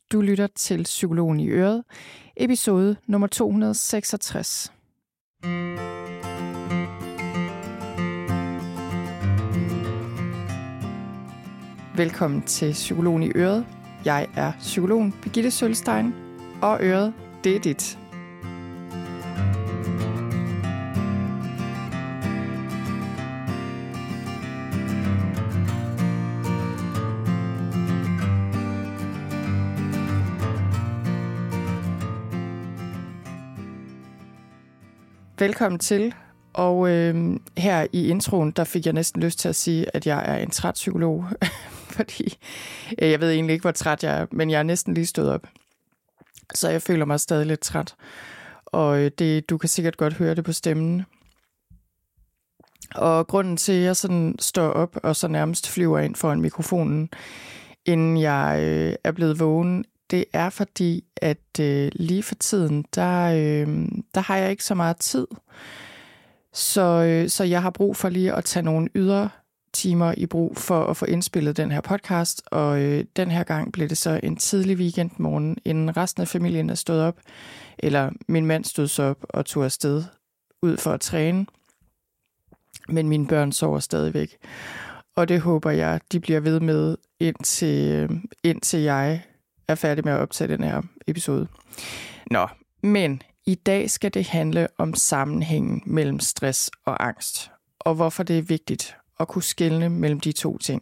Du lytter til Psykologen i Øret, episode nummer 266. Velkommen til Psykologen i Øret. Jeg er psykologen Birgitte Sølstein, og Øret, det er dit. Velkommen til, og her i introen, der fik jeg næsten lyst til at sige, at jeg er en træt psykolog, fordi jeg ved egentlig ikke, hvor træt jeg er, men jeg er næsten lige stået op, så jeg føler mig stadig lidt træt, og du kan sikkert godt høre det på stemmen. Og grunden til, at jeg sådan står op og så nærmest flyver ind foran mikrofonen, inden jeg er blevet vågen, det er fordi, at lige for tiden, der har jeg ikke så meget tid. Så jeg har brug for lige at tage nogle ydre timer i brug for at få indspillet den her podcast. Og den her gang blev det så en tidlig weekendmorgen, inden resten af familien er stået op. Eller min mand stod så op og tog afsted ud for at træne. Men mine børn sover stadigvæk. Og det håber jeg, de bliver ved med, indtil jeg er færdig med at optage den her episode. Nå, men i dag skal det handle om sammenhængen mellem stress og angst, og hvorfor det er vigtigt at kunne skelne mellem de to ting.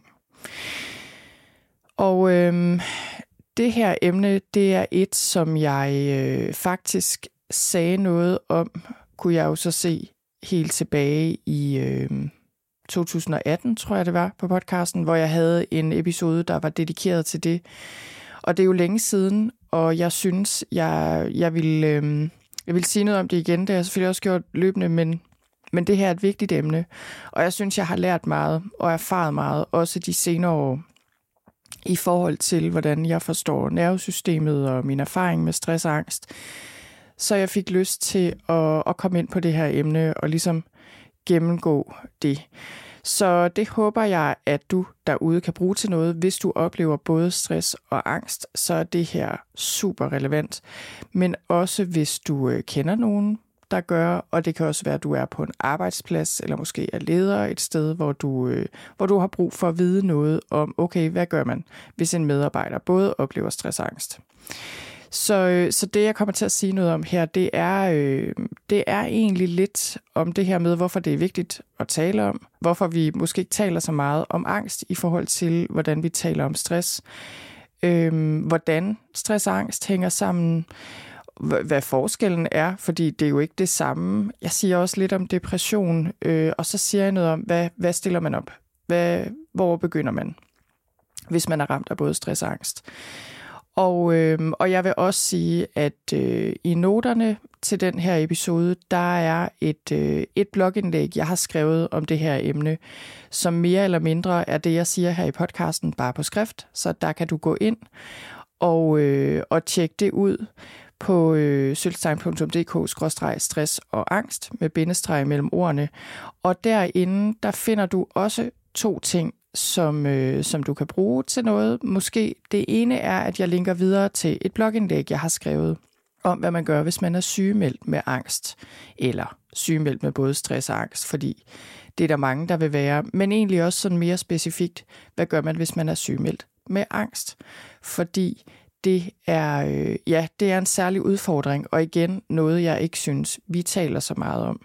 Og det her emne, det er et, som jeg faktisk sagde noget om, kunne jeg jo så se helt tilbage i 2018, tror jeg det var, på podcasten, hvor jeg havde en episode, der var dedikeret til det. Og det er jo længe siden, og jeg synes, jeg vil sige noget om det igen. Det har jeg selvfølgelig også gjort løbende, men det her er et vigtigt emne. Og jeg synes, jeg har lært meget og erfaret meget, også de senere år, i forhold til, hvordan jeg forstår nervesystemet og min erfaring med stress og angst. Så jeg fik lyst til at komme ind på det her emne og ligesom gennemgå det. Så det håber jeg, at du derude kan bruge til noget. Hvis du oplever både stress og angst, så er det her super relevant. Men også hvis du kender nogen, der gør, og det kan også være, at du er på en arbejdsplads, eller måske er leder et sted, hvor du har brug for at vide noget om, okay, hvad gør man, hvis en medarbejder både oplever stress og angst. Så det, jeg kommer til at sige noget om her, det er egentlig lidt om det her med, hvorfor det er vigtigt at tale om. Hvorfor vi måske ikke taler så meget om angst i forhold til, hvordan vi taler om stress. Hvordan stress og angst hænger sammen. Hvad forskellen er, fordi det er jo ikke det samme. Jeg siger også lidt om depression, og så siger jeg noget om, hvad stiller man op? Hvor begynder man, hvis man er ramt af både stress og angst? Og jeg vil også sige, at i noterne til den her episode, der er et blogindlæg, jeg har skrevet om det her emne, som mere eller mindre er det, jeg siger her i podcasten, bare på skrift. Så der kan du gå ind og tjekke det ud på sølstein.dk/stress og angst med bindestreg mellem ordene. Og derinde, der finder du også to ting, som du kan bruge til noget. Måske det ene er, at jeg linker videre til et blogindlæg, jeg har skrevet om, hvad man gør, hvis man er sygemeldt med angst, eller sygemeldt med både stress og angst, fordi det er der mange, der vil være, men egentlig også sådan mere specifikt, hvad gør man, hvis man er sygemeldt med angst? Fordi det er en særlig udfordring, og igen noget, jeg ikke synes, vi taler så meget om.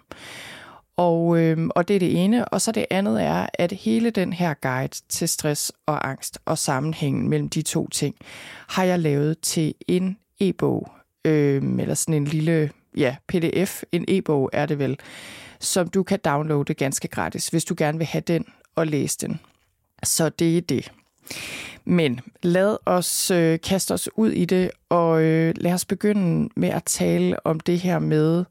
Og det er det ene, og så det andet er, at hele den her guide til stress og angst og sammenhængen mellem de to ting, har jeg lavet til en e-bog, eller sådan en lille pdf, en e-bog er det vel, som du kan downloade ganske gratis, hvis du gerne vil have den og læse den. Så det er det. Men lad os kaste os ud i det, og lad os begynde med at tale om det her med,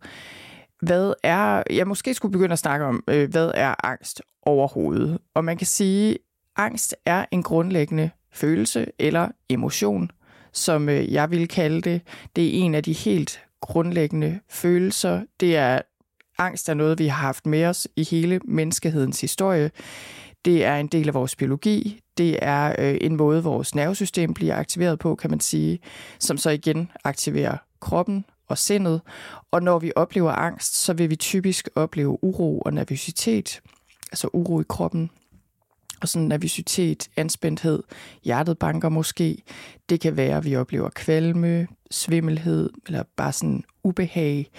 jeg måske skulle begynde at snakke om, hvad er angst overhovedet? Og man kan sige, angst er en grundlæggende følelse eller emotion, som jeg vil kalde det. Det er en af de helt grundlæggende følelser. Angst er noget, vi har haft med os i hele menneskehedens historie. Det er en del af vores biologi. Det er en måde, vores nervesystem bliver aktiveret på, kan man sige, som så igen aktiverer kroppen og sindet. Og når vi oplever angst, så vil vi typisk opleve uro og nervøsitet, altså uro i kroppen, og sådan nervøsitet, anspændthed, hjertet banker måske. Det kan være, at vi oplever kvalme, svimmelhed eller bare sådan ubehag.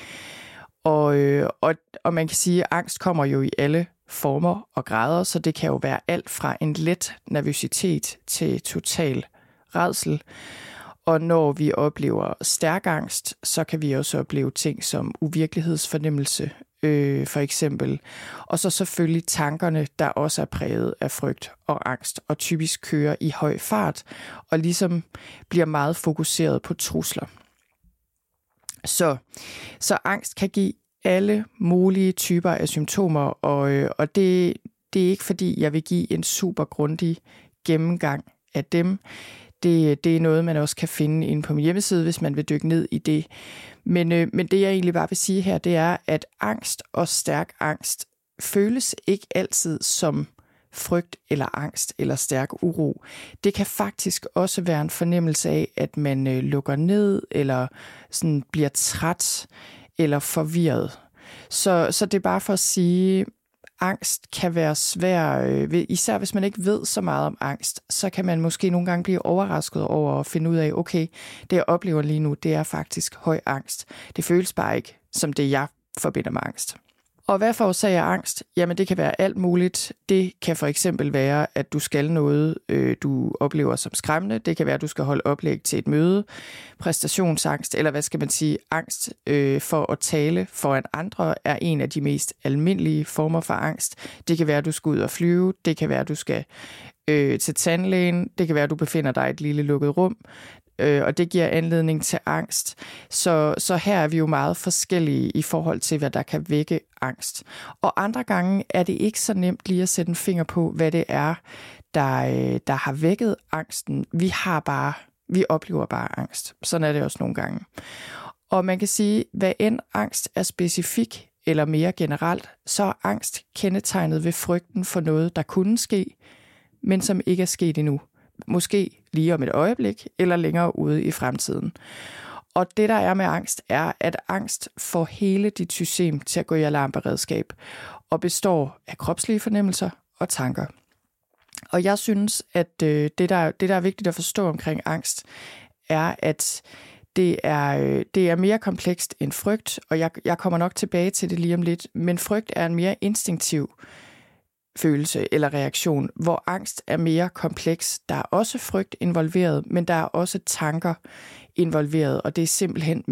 Og man kan sige, at angst kommer jo i alle former og grader, så det kan jo være alt fra en let nervøsitet til total rædsel. Og når vi oplever stærk angst, så kan vi også opleve ting som uvirkelighedsfornemmelse, for eksempel. Og så selvfølgelig tankerne, der også er præget af frygt og angst, og typisk kører i høj fart, og ligesom bliver meget fokuseret på trusler. Så angst kan give alle mulige typer af symptomer, og det er ikke fordi, jeg vil give en super grundig gennemgang af dem. Det er noget, man også kan finde inde på min hjemmeside, hvis man vil dykke ned i det. Men det, jeg egentlig bare vil sige her, det er, at angst og stærk angst føles ikke altid som frygt eller angst eller stærk uro. Det kan faktisk også være en fornemmelse af, at man lukker ned eller sådan bliver træt eller forvirret. Så det er bare for at sige, angst kan være svær, især hvis man ikke ved så meget om angst, så kan man måske nogle gange blive overrasket over at finde ud af, okay, det jeg oplever lige nu, det er faktisk høj angst. Det føles bare ikke som det, jeg forbinder med angst. Og hvad forårsager angst? Jamen det kan være alt muligt. Det kan for eksempel være, at du skal noget, du oplever som skræmmende. Det kan være, at du skal holde oplæg til et møde. Præstationsangst, eller hvad skal man sige, angst for at tale foran andre, er en af de mest almindelige former for angst. Det kan være, at du skal ud og flyve. Det kan være, at du skal til tandlægen. Det kan være, at du befinder dig i et lille lukket rum. Og det giver anledning til angst. Så her er vi jo meget forskellige i forhold til, hvad der kan vække angst. Og andre gange er det ikke så nemt lige at sætte en finger på, hvad det er, der har vækket angsten. Vi oplever bare angst. Sådan er det også nogle gange. Og man kan sige, hvad end angst er specifik eller mere generelt, så er angst kendetegnet ved frygten for noget, der kunne ske, men som ikke er sket endnu. Måske lige om et øjeblik, eller længere ude i fremtiden. Og det, der er med angst, er, at angst får hele dit system til at gå i alarmberedskab, og består af kropslige fornemmelser og tanker. Og jeg synes, at det, der er vigtigt at forstå omkring angst, er, at det er mere komplekst end frygt, og jeg kommer nok tilbage til det lige om lidt, men frygt er en mere instinktiv følelse eller reaktion, hvor angst er mere kompleks. Der er også frygt involveret, men der er også tanker involveret, og det er simpelthen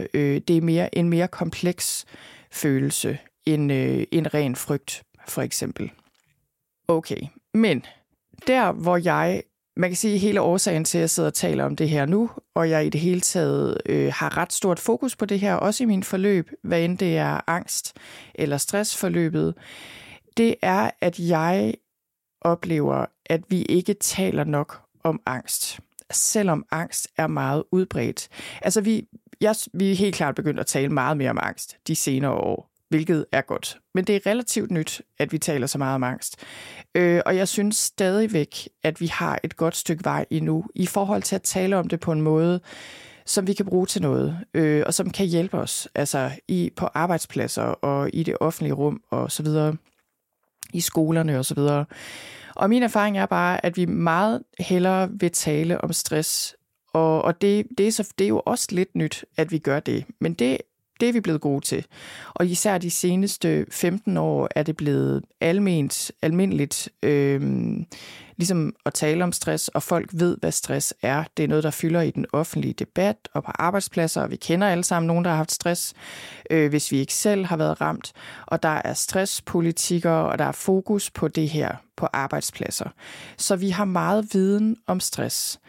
en mere kompleks følelse end ren frygt, for eksempel. Okay, men der hvor man kan sige hele årsagen til, at jeg sidder og taler om det her nu, og jeg i det hele taget har ret stort fokus på det her, også i min forløb, hvad end det er angst eller stressforløbet, det er, at jeg oplever, at vi ikke taler nok om angst, selvom angst er meget udbredt. Altså vi er helt klart begyndt at tale meget mere om angst de senere år, hvilket er godt. Men det er relativt nyt, at vi taler så meget om angst. Og jeg synes stadigvæk, at vi har et godt stykke vej endnu i forhold til at tale om det på en måde, som vi kan bruge til noget, og som kan hjælpe os altså på arbejdspladser og i det offentlige rum og så videre, i skolerne og så videre. Og min erfaring er bare, at vi meget hellere vil tale om stress, og det er jo også lidt nyt, at vi gør det, men det er vi blevet gode til. Og især de seneste 15 år er det blevet almindeligt ligesom at tale om stress, og folk ved, hvad stress er. Det er noget, der fylder i den offentlige debat og på arbejdspladser, og vi kender alle sammen nogen, der har haft stress, hvis vi ikke selv har været ramt. Og der er stresspolitikker, og der er fokus på det her på arbejdspladser. Så vi har meget viden om stress.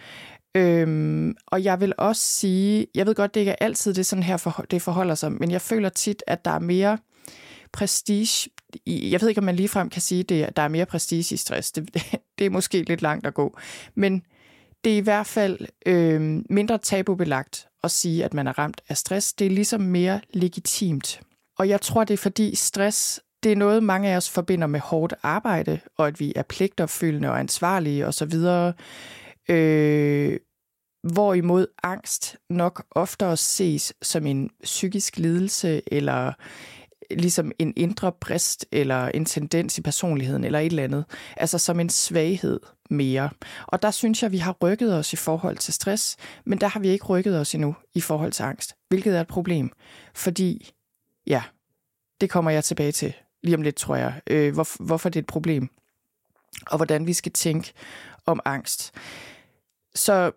Og jeg vil også sige, jeg ved godt, det ikke er altid det sådan her det forholder sig, men jeg føler tit, at der er mere prestige. Jeg ved ikke, om man ligefrem kan sige, at der er mere prestige i stress. Det er måske lidt langt at gå. Men det er i hvert fald mindre tabubelagt at sige, at man er ramt af stress. Det er ligesom mere legitimt. Og jeg tror, det er fordi stress det er noget, mange af os forbinder med hårdt arbejde, og at vi er pligtopfyldende og ansvarlige osv., hvorimod angst nok oftere ses som en psykisk lidelse, eller ligesom en indre brist, eller en tendens i personligheden, eller et eller andet. Altså som en svaghed mere. Og der synes jeg, vi har rykket os i forhold til stress, men der har vi ikke rykket os endnu i forhold til angst, hvilket er et problem. Fordi, ja, det kommer jeg tilbage til lige om lidt, tror jeg, hvorfor det er et problem, og hvordan vi skal tænke om angst. Så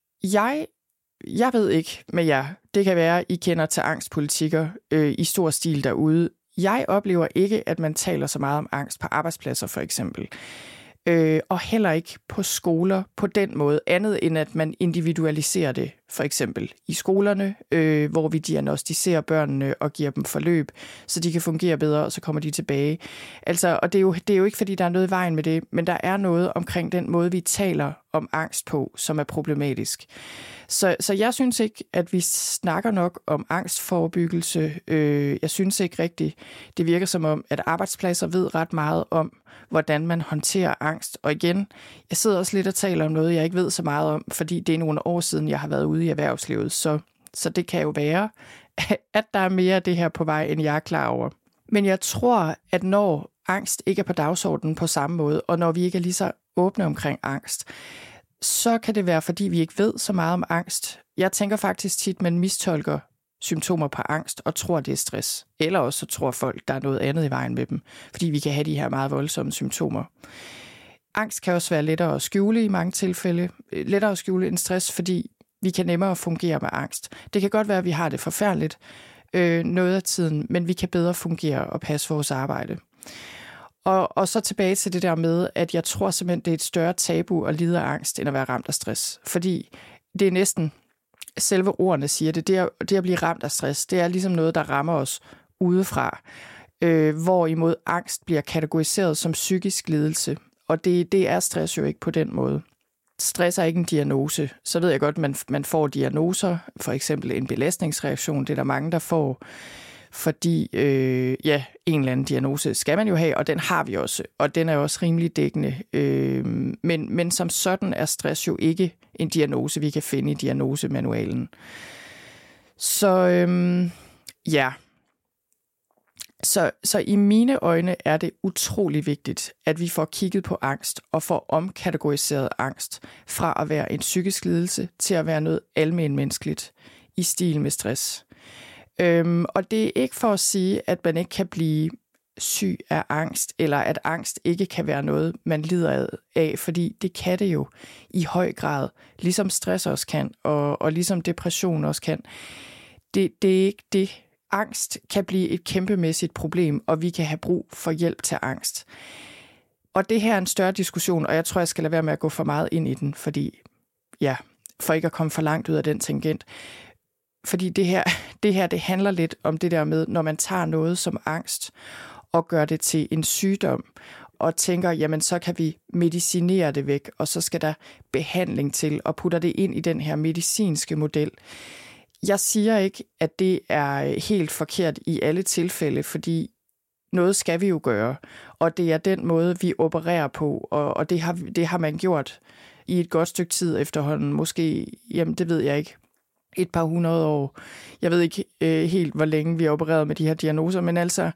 jeg ved ikke med jer, det kan være, I kender til angstpolitikker i stor stil derude. Jeg oplever ikke, at man taler så meget om angst på arbejdspladser for eksempel. Og heller ikke på skoler på den måde, andet end at man individualiserer det, for eksempel i skolerne, hvor vi diagnostiserer børnene og giver dem forløb, så de kan fungere bedre, og så kommer de tilbage. Altså, og det er jo ikke, fordi der er noget i vejen med det, men der er noget omkring den måde, vi taler om angst på, som er problematisk. Så jeg synes ikke, at vi snakker nok om angstforebyggelse. Jeg synes ikke rigtigt, det virker som om, at arbejdspladser ved ret meget om, hvordan man håndterer angst. Og igen, jeg sidder også lidt og taler om noget, jeg ikke ved så meget om, fordi det er nogle år siden, jeg har været ude i erhvervslivet. Så det kan jo være, at der er mere af det her på vej, end jeg er klar over. Men jeg tror, at når angst ikke er på dagsordenen på samme måde, og når vi ikke er lige så åbne omkring angst, så kan det være, fordi vi ikke ved så meget om angst. Jeg tænker faktisk tit, man mistolker symptomer på angst og tror, det er stress. Eller også så tror folk, der er noget andet i vejen med dem, fordi vi kan have de her meget voldsomme symptomer. Angst kan også være lettere at skjule i mange tilfælde. Lettere at skjule end stress, fordi vi kan nemmere fungere med angst. Det kan godt være, at vi har det forfærdeligt noget af tiden, men vi kan bedre fungere og passe vores arbejde. Og så tilbage til det der med, at jeg tror simpelthen, det er et større tabu at lide af angst, end at være ramt af stress. Fordi det er næsten, selve ordene siger det, det at blive ramt af stress, det er ligesom noget, der rammer os udefra. Hvorimod angst bliver kategoriseret som psykisk lidelse. Og det er stress jo ikke på den måde. Stress er ikke en diagnose. Så ved jeg godt, at man får diagnoser, for eksempel en belastningsreaktion, det er der mange, der får. Fordi en eller anden diagnose skal man jo have, og den har vi også, og den er også rimelig dækkende. Men som sådan er stress jo ikke en diagnose, vi kan finde i diagnosemanualen. Så Så i mine øjne er det utrolig vigtigt, at vi får kigget på angst og får omkategoriseret angst fra at være en psykisk lidelse til at være noget almenmenneskeligt i stil med stress. Og det er ikke for at sige, at man ikke kan blive syg af angst, eller at angst ikke kan være noget, man lider af, fordi det kan det jo i høj grad, ligesom stress også kan, og ligesom depression også kan. Det er ikke det. Angst kan blive et kæmpemæssigt problem, og vi kan have brug for hjælp til angst. Og det her er en større diskussion, og jeg tror, jeg skal lade være med at gå for meget ind i den, fordi, for ikke at komme for langt ud af den tangent. Fordi det her handler lidt om det der med, når man tager noget som angst og gør det til en sygdom, og tænker, jamen så kan vi medicinere det væk, og så skal der behandling til, og putter det ind i den her medicinske model. Jeg siger ikke, at det er helt forkert i alle tilfælde, fordi noget skal vi jo gøre, og det er den måde, vi opererer på, og det har man gjort i et godt stykke tid efterhånden. Måske, jamen det ved jeg ikke, et par 100 år. Jeg ved ikke helt, hvor længe vi har opereret med de her diagnoser, men altså,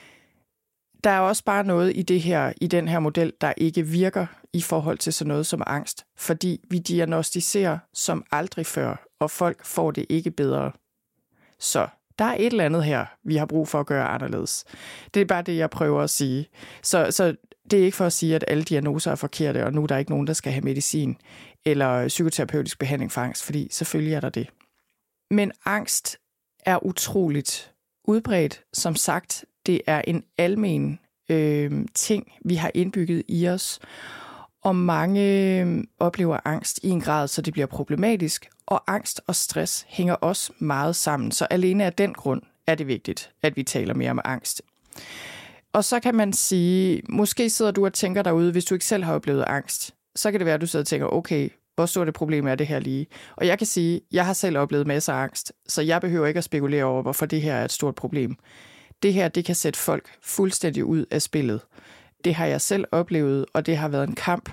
der er også bare noget i den her model, der ikke virker i forhold til sådan noget som angst, fordi vi diagnostiserer som aldrig før, og folk får det ikke bedre. Så der er et eller andet her, vi har brug for at gøre anderledes. Det er bare det, jeg prøver at sige. Så det er ikke for at sige, at alle diagnoser er forkerte, og nu er der ikke nogen, der skal have medicin eller psykoterapeutisk behandling for angst, fordi selvfølgelig er der det. Men angst er utroligt udbredt. Som sagt, det er en almen ting, vi har indbygget i os, og mange oplever angst i en grad, så det bliver problematisk, og angst og stress hænger også meget sammen, så alene af den grund er det vigtigt, at vi taler mere om angst. Og så kan man sige, måske sidder du og tænker derude, hvis du ikke selv har oplevet angst, så kan det være, at du sidder og tænker, okay, hvor stort et problem er det her lige? Og jeg kan sige, jeg har selv oplevet masser af angst, så jeg behøver ikke at spekulere over, hvorfor det her er et stort problem. det her, det kan sætte folk fuldstændig ud af spillet. Det har jeg selv oplevet, og det har været en kamp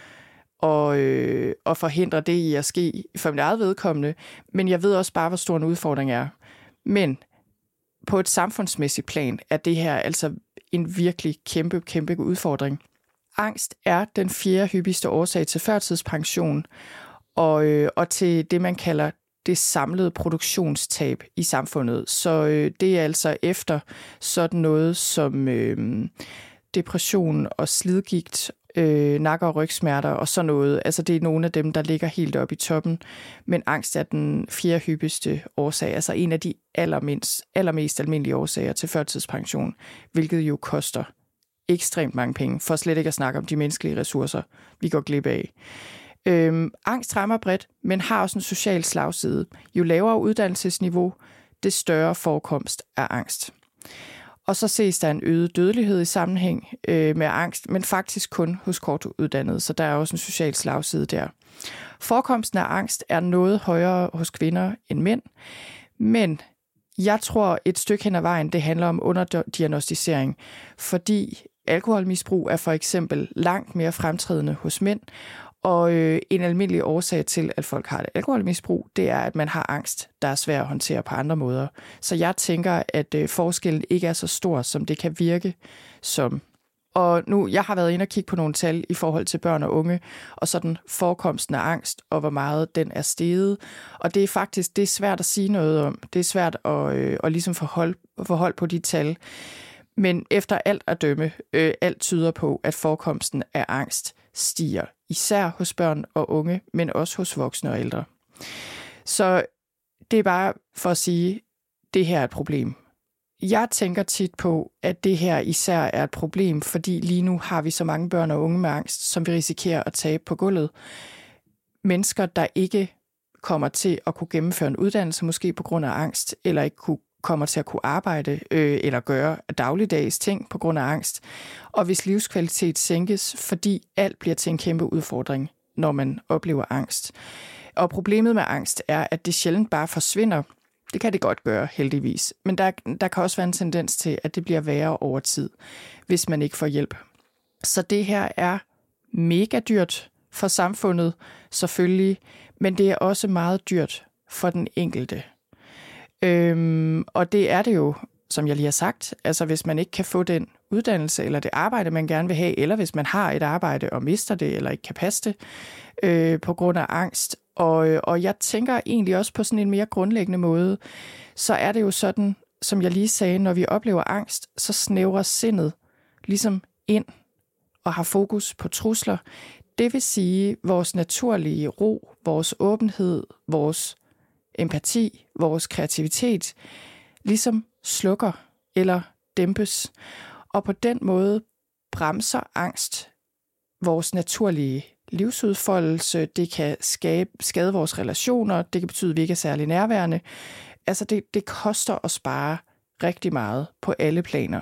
at forhindre det i at ske for mit eget vedkommende. Men jeg ved også bare, hvor stor en udfordring er. Men på et samfundsmæssigt plan er det her altså en virkelig kæmpe udfordring. Angst er den 4. hyppigste årsag til førtidspension og til det, man kalder det samlede produktionstab i samfundet. Så det er altså efter sådan noget som depression og slidgigt, nakke- og rygsmerter og sådan noget. Altså det er nogle af dem, der ligger helt oppe i toppen. Men angst er den 4. hyppigste årsag, altså en af de allermest almindelige årsager til førtidspension, hvilket jo koster ekstremt mange penge, for slet ikke at snakke om de menneskelige ressourcer, vi går glip af. Angst rammer bredt, men har også en social slagside. Jo lavere uddannelsesniveau, det større forekomst af angst. Og så ses der en øget dødelighed i sammenhæng med angst, men faktisk kun hos kortuddannede, så der er også en social slagside der. Forekomsten af angst er noget højere hos kvinder end mænd, men jeg tror et stykke hen ad vejen, det handler om underdiagnostisering, fordi alkoholmisbrug er for eksempel langt mere fremtrædende hos mænd, og en almindelig årsag til, at folk har et alkoholmisbrug, det er, at man har angst, der er svær at håndtere på andre måder. Så jeg tænker, at forskellen ikke er så stor, som det kan virke som. Og nu, jeg har været inde og kigge på nogle tal i forhold til børn og unge, og sådan forekomsten af angst, og hvor meget den er steget. Og det er faktisk, det er svært at sige noget om. Det er svært at ligesom forholde på de tal. Men efter alt at dømme, alt tyder på, at forekomsten af angst stiger, især hos børn og unge, men også hos voksne og ældre. Så det er bare for at sige, at det her er et problem. Jeg tænker tit på, at det her især er et problem, fordi lige nu har vi så mange børn og unge med angst, som vi risikerer at tabe på gulvet. Mennesker, der ikke kommer til at kunne gennemføre en uddannelse, måske på grund af angst, eller ikke kommer til at kunne arbejde eller gøre dagligdags ting på grund af angst. Og hvis livskvalitet sænkes, fordi alt bliver til en kæmpe udfordring, når man oplever angst. Og problemet med angst er, at det sjældent bare forsvinder. Det kan det godt gøre, heldigvis. Men der kan også være en tendens til, at det bliver værre over tid, hvis man ikke får hjælp. Så det her er mega dyrt for samfundet, selvfølgelig, men det er også meget dyrt for den enkelte. Og det er det jo, som jeg lige har sagt, altså hvis man ikke kan få den uddannelse eller det arbejde, man gerne vil have, eller hvis man har et arbejde og mister det, eller ikke kan passe det på grund af angst. Og jeg tænker egentlig også på sådan en mere grundlæggende måde, så er det jo sådan, som jeg lige sagde, når vi oplever angst, så snævrer sindet ligesom ind og har fokus på trusler. Det vil sige, vores naturlige ro, vores åbenhed, vores empati, vores kreativitet, ligesom slukker eller dæmpes. Og på den måde bremser angst vores naturlige livsudfoldelse. Det kan skade vores relationer. Det kan betyde, at vi ikke er særlig nærværende. Altså det koster os bare rigtig meget på alle planer.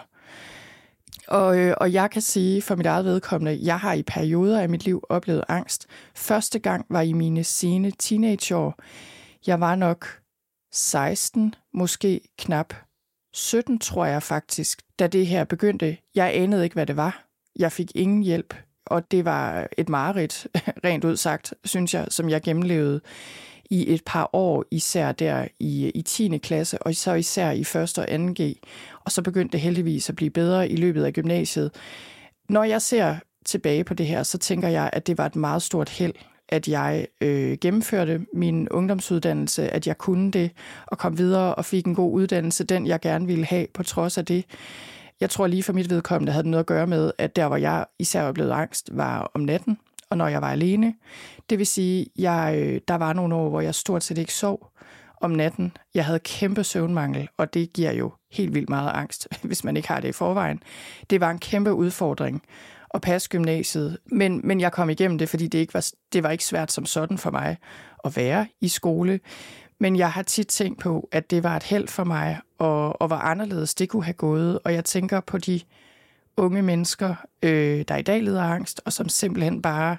Og jeg kan sige for mit eget vedkommende, jeg har i perioder af mit liv oplevet angst. Første gang var i mine sene teenageår. Jeg var nok 16, måske knap 17, tror jeg faktisk, da det her begyndte. Jeg anede ikke, hvad det var. Jeg fik ingen hjælp, og det var et mareridt, rent ud sagt, synes jeg, som jeg gennemlevede i et par år, især der i 10. klasse, og så især i 1. og 2. G. Og så begyndte det heldigvis at blive bedre i løbet af gymnasiet. Når jeg ser tilbage på det her, så tænker jeg, at det var et meget stort held, at jeg gennemførte min ungdomsuddannelse, at jeg kunne det, og kom videre og fik en god uddannelse, den jeg gerne ville have på trods af det. Jeg tror lige for mit vedkommende havde det noget at gøre med, at der, hvor jeg især oplevede angst, var om natten, og når jeg var alene. Det vil sige, der var nogle år, hvor jeg stort set ikke sov om natten. Jeg havde kæmpe søvnmangel, og det giver jo helt vildt meget angst, hvis man ikke har det i forvejen. Det var en kæmpe udfordring at passe gymnasiet, men jeg kom igennem det, fordi det var ikke svært som sådan for mig at være i skole. Men jeg har tit tænkt på, at det var et held for mig, og hvor anderledes det kunne have gået. Og jeg tænker på de unge mennesker, der i dag lider af angst, og som simpelthen bare,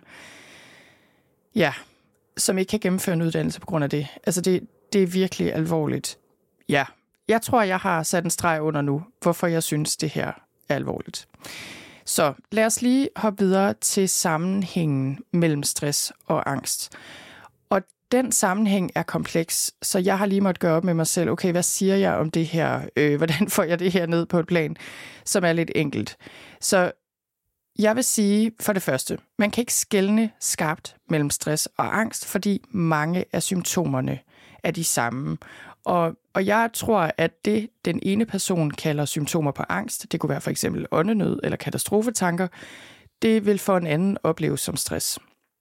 som ikke kan gennemføre en uddannelse på grund af det. Altså det er virkelig alvorligt. Ja, jeg tror, jeg har sat en streg under nu, hvorfor jeg synes, det her er alvorligt. Så lad os lige hoppe videre til sammenhængen mellem stress og angst. Og den sammenhæng er kompleks, så jeg har lige måttet gøre op med mig selv, okay, hvad siger jeg om det her? Hvordan får jeg det her ned på et plan, som er lidt enkelt? Så jeg vil sige, for det første, man kan ikke skelne skarpt mellem stress og angst, fordi mange af symptomerne er de samme. Og jeg tror, at det, den ene person kalder symptomer på angst, det kunne være for eksempel åndenød eller katastrofetanker, det vil for en anden opleves som stress.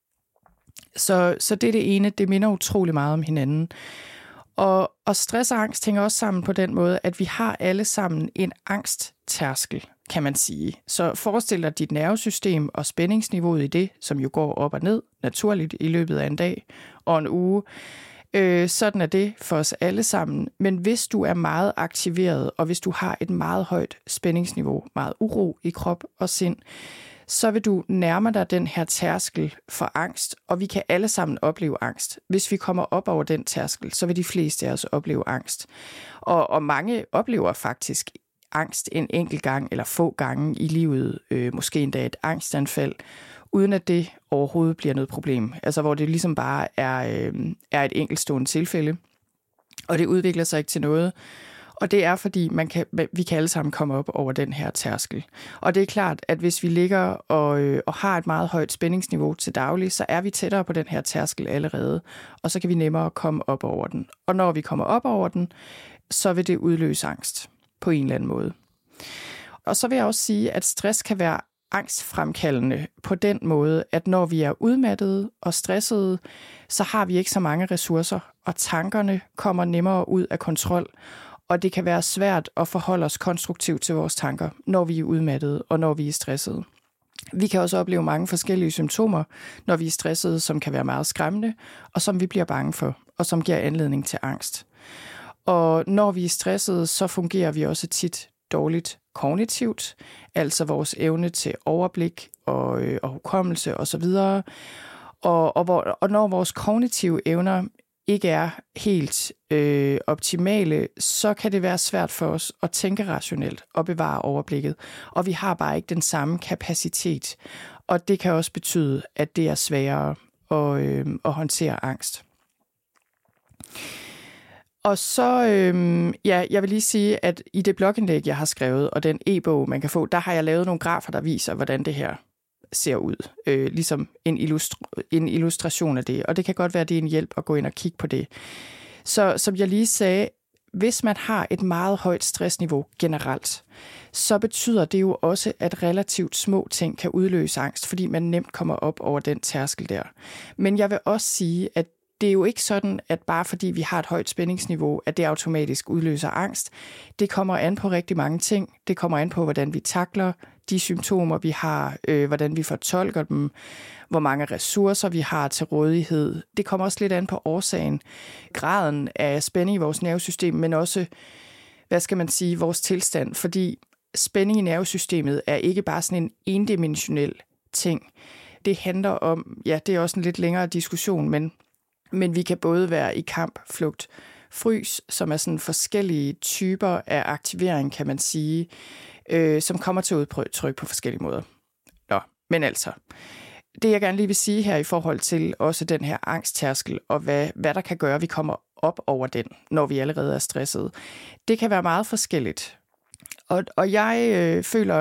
Så det er det ene, det minder utrolig meget om hinanden. Og stress og angst hænger også sammen på den måde, at vi har alle sammen en angsttærskel, kan man sige. Så forestil dig dit nervesystem og spændingsniveauet i det, som jo går op og ned naturligt i løbet af en dag og en uge. Sådan er det for os alle sammen. Men hvis du er meget aktiveret, og hvis du har et meget højt spændingsniveau, meget uro i krop og sind, så vil du nærme dig den her tærskel for angst, og vi kan alle sammen opleve angst. Hvis vi kommer op over den tærskel, så vil de fleste af os opleve angst. Og mange oplever faktisk angst en enkelt gang eller få gange i livet, måske endda et angstanfald, uden at det overhovedet bliver noget problem. Altså hvor det ligesom bare er et enkeltstående tilfælde, og det udvikler sig ikke til noget. Og det er, fordi vi kan alle sammen komme op over den her tærskel. Og det er klart, at hvis vi ligger og har et meget højt spændingsniveau til daglig, så er vi tættere på den her tærskel allerede, og så kan vi nemmere komme op over den. Og når vi kommer op over den, så vil det udløse angst på en eller anden måde. Og så vil jeg også sige, at stress kan være angstfremkaldende på den måde, at når vi er udmattede og stressede, så har vi ikke så mange ressourcer, og tankerne kommer nemmere ud af kontrol. Og det kan være svært at forholde os konstruktivt til vores tanker, når vi er udmattede og når vi er stressede. Vi kan også opleve mange forskellige symptomer, når vi er stressede, som kan være meget skræmmende, og som vi bliver bange for, og som giver anledning til angst. Og når vi er stressede, så fungerer vi også tit dårligt kognitivt, altså vores evne til overblik og hukommelse osv. Og når vores kognitive evner ikke er helt optimale, så kan det være svært for os at tænke rationelt og bevare overblikket. Og vi har bare ikke den samme kapacitet. Og det kan også betyde, at det er sværere at håndtere angst. Og så, jeg vil lige sige, at i det blogindlæg, jeg har skrevet, og den e-bog, man kan få, der har jeg lavet nogle grafer, der viser, hvordan det her ser ud. Ligesom en illustration af det. Og det kan godt være, at det er en hjælp at gå ind og kigge på det. Så som jeg lige sagde, hvis man har et meget højt stressniveau generelt, så betyder det jo også, at relativt små ting kan udløse angst, fordi man nemt kommer op over den tærskel der. Men jeg vil også sige, at det er jo ikke sådan, at bare fordi vi har et højt spændingsniveau, at det automatisk udløser angst. Det kommer an på rigtig mange ting. Det kommer an på, hvordan vi takler de symptomer, vi har, hvordan vi fortolker dem, hvor mange ressourcer vi har til rådighed. Det kommer også lidt an på årsagen, graden af spænding i vores nervesystem, men også, vores tilstand. Fordi spænding i nervesystemet er ikke bare sådan en endimensionel ting. Det handler om, det er også en lidt længere diskussion, men vi kan både være i kamp, flugt, frys, som er sådan forskellige typer af aktivering, kan man sige, som kommer til udtryk på forskellige måder. Men altså, det jeg gerne lige vil sige her i forhold til også den her angsttærskel, og hvad der kan gøre, at vi kommer op over den, når vi allerede er stressede, det kan være meget forskelligt. Og jeg føler,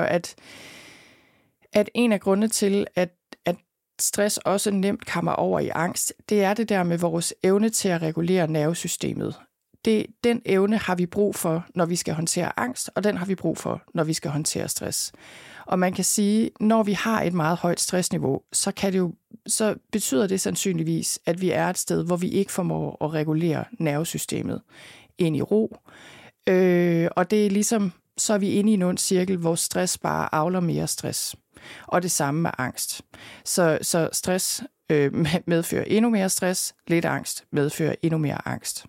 at en af grundene til, at stress også nemt kommer over i angst, det er det der med vores evne til at regulere nervesystemet. Den evne har vi brug for, når vi skal håndtere angst, og den har vi brug for, når vi skal håndtere stress. Og man kan sige, når vi har et meget højt stressniveau, så betyder det sandsynligvis, at vi er et sted, hvor vi ikke formår at regulere nervesystemet ind i ro. Og det er ligesom, så er vi inde i en ond cirkel, hvor stress bare avler mere stress. Og det samme med angst. Så stress medfører endnu mere stress, lidt angst medfører endnu mere angst.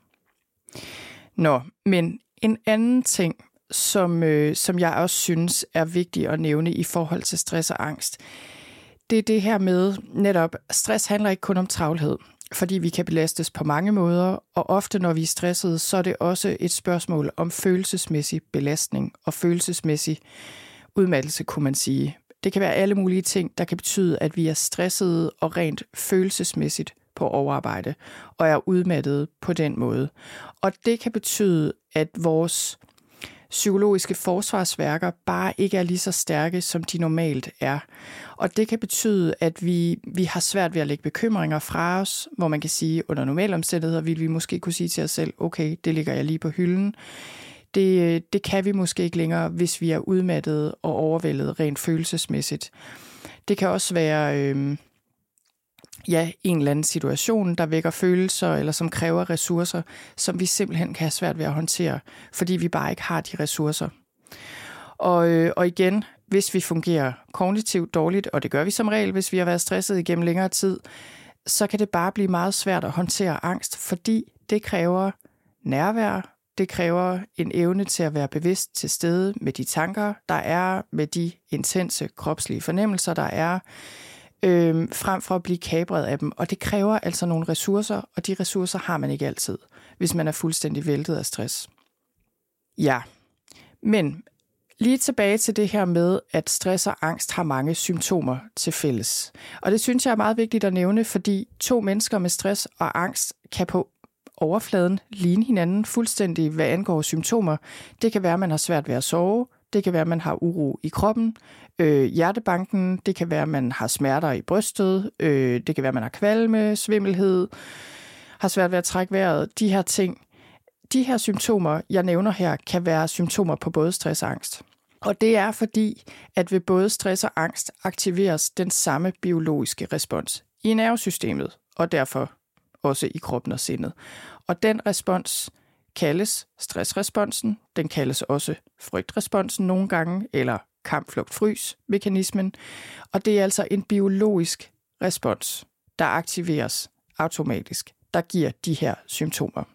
Men en anden ting, som jeg også synes er vigtigt at nævne i forhold til stress og angst, det er det her med netop, stress handler ikke kun om travlhed. fordi vi kan belastes på mange måder, og ofte når vi er stressede, så er det også et spørgsmål om følelsesmæssig belastning og følelsesmæssig udmattelse, kunne man sige. Det kan være alle mulige ting, der kan betyde, at vi er stressede og rent følelsesmæssigt på overarbejde, og er udmattede på den måde. Og det kan betyde, at vores psykologiske forsvarsværker bare ikke er lige så stærke, som de normalt er. Og det kan betyde, at vi har svært ved at lægge bekymringer fra os, hvor man kan sige, under normale omstændigheder vil vi måske kunne sige til os selv, okay, det ligger jeg lige på hylden. Det kan vi måske ikke længere, hvis vi er udmattede og overvældet rent følelsesmæssigt. Det kan også være en eller anden situation, der vækker følelser, eller som kræver ressourcer, som vi simpelthen kan have svært ved at håndtere, fordi vi bare ikke har de ressourcer. Og igen, hvis vi fungerer kognitivt dårligt, og det gør vi som regel, hvis vi har været stresset igennem længere tid, så kan det bare blive meget svært at håndtere angst, fordi det kræver nærvær, det kræver en evne til at være bevidst til stede med de tanker, der er, med de intense kropslige fornemmelser, der er, frem for at blive kapret af dem. Og det kræver altså nogle ressourcer, og de ressourcer har man ikke altid, hvis man er fuldstændig væltet af stress. Ja, men lige tilbage til det her med, at stress og angst har mange symptomer til fælles. Og det synes jeg er meget vigtigt at nævne, fordi 2 mennesker med stress og angst kan på overfladen ligne hinanden fuldstændig, hvad angår symptomer. Det kan være, at man har svært ved at sove. Det kan være, at man har uro i kroppen, hjertebanken. Det kan være, at man har smerter i brystet. Det kan være, at man har kvalme, svimmelhed, har svært ved at trække vejret. De her ting, de her symptomer, jeg nævner her, kan være symptomer på både stress og angst. Og det er fordi, at ved både stress og angst aktiveres den samme biologiske respons i nervesystemet, og derfor også i kroppen og sindet. Og den respons kaldes stressresponsen, den kaldes også frygtresponsen nogle gange, eller kamp-flugt-frys-mekanismen. Og det er altså en biologisk respons, der aktiveres automatisk, der giver de her symptomer.